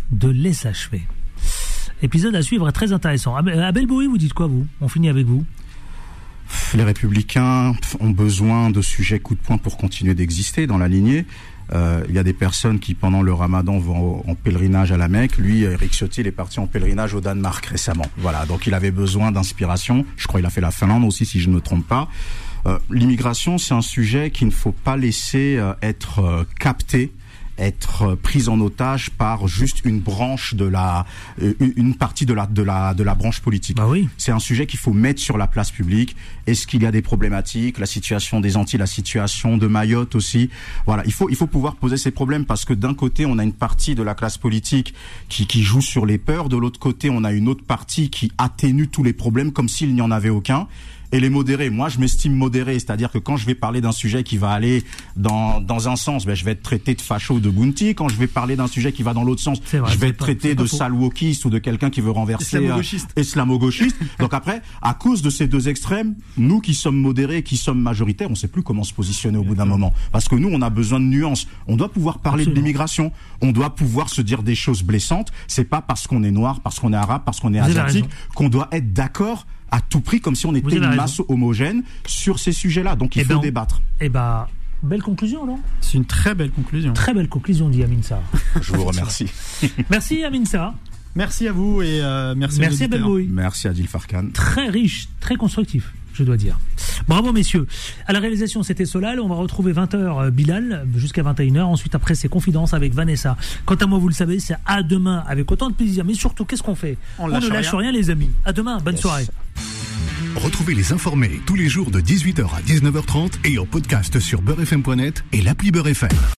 Épisode à suivre très intéressant. Abel Boui, vous dites quoi, vous? On finit avec vous. Les Républicains ont besoin de sujets coup de poing pour continuer d'exister dans la lignée. Il y a des personnes qui, pendant le Ramadan, vont en pèlerinage à la Mecque. Lui, Éric Ciotti, il est parti en pèlerinage au Danemark récemment. Voilà, donc il avait besoin d'inspiration. Je crois qu'il a fait la Finlande aussi, si je ne me trompe pas. L'immigration, c'est un sujet qu'il ne faut pas laisser être capté, être prise en otage par juste une branche une partie de la branche politique. Oui. C'est un sujet qu'il faut mettre sur la place publique. Est-ce qu'il y a des problématiques? La situation des Antilles, la situation de Mayotte aussi. Voilà, il faut pouvoir poser ces problèmes, parce que d'un côté, on a une partie de la classe politique qui joue sur les peurs, de l'autre côté, on a une autre partie qui atténue tous les problèmes comme s'il n'y en avait aucun. Et les modérés, moi je m'estime modéré, c'est-à-dire que quand je vais parler d'un sujet qui va aller dans un sens, je vais être traité de facho, de bounty. Quand je vais parler d'un sujet qui va dans l'autre sens, je vais être traité de sale wokiste ou de quelqu'un qui veut renverser islamo-gauchiste. Donc après, à cause de ces deux extrêmes, nous qui sommes modérés, qui sommes majoritaires, on ne sait plus comment se positionner au bout d'un moment. Parce que nous, on a besoin de nuances. On doit pouvoir parler de l'immigration. On doit pouvoir se dire des choses blessantes. C'est pas parce qu'on est noir, parce qu'on est arabe, parce qu'on est asiatique qu'on doit être d'accord à tout prix, comme si on était une masse homogène sur ces sujets-là. Donc il faut débattre. Belle conclusion, non? C'est une très belle conclusion. Très belle conclusion, dit Amin Sarr. Je vous remercie. Merci Amin Sarr. Merci à vous et merci à Belboui. Merci Adil Farkan. Très riche, très constructif, je dois dire. Bravo messieurs. À la réalisation, c'était Solal. On va retrouver 20h Bilal jusqu'à 21h. Ensuite, après, c'est Confidences avec Vanessa. Quant à moi, vous le savez, c'est à demain avec autant de plaisir. Mais surtout, qu'est-ce qu'on fait? On ne lâche rien les amis. À demain. Bonne soirée. Retrouvez Les Informés tous les jours de 18h à 19h30 et en podcast sur beurrefm.net et l'appli Beurre FM.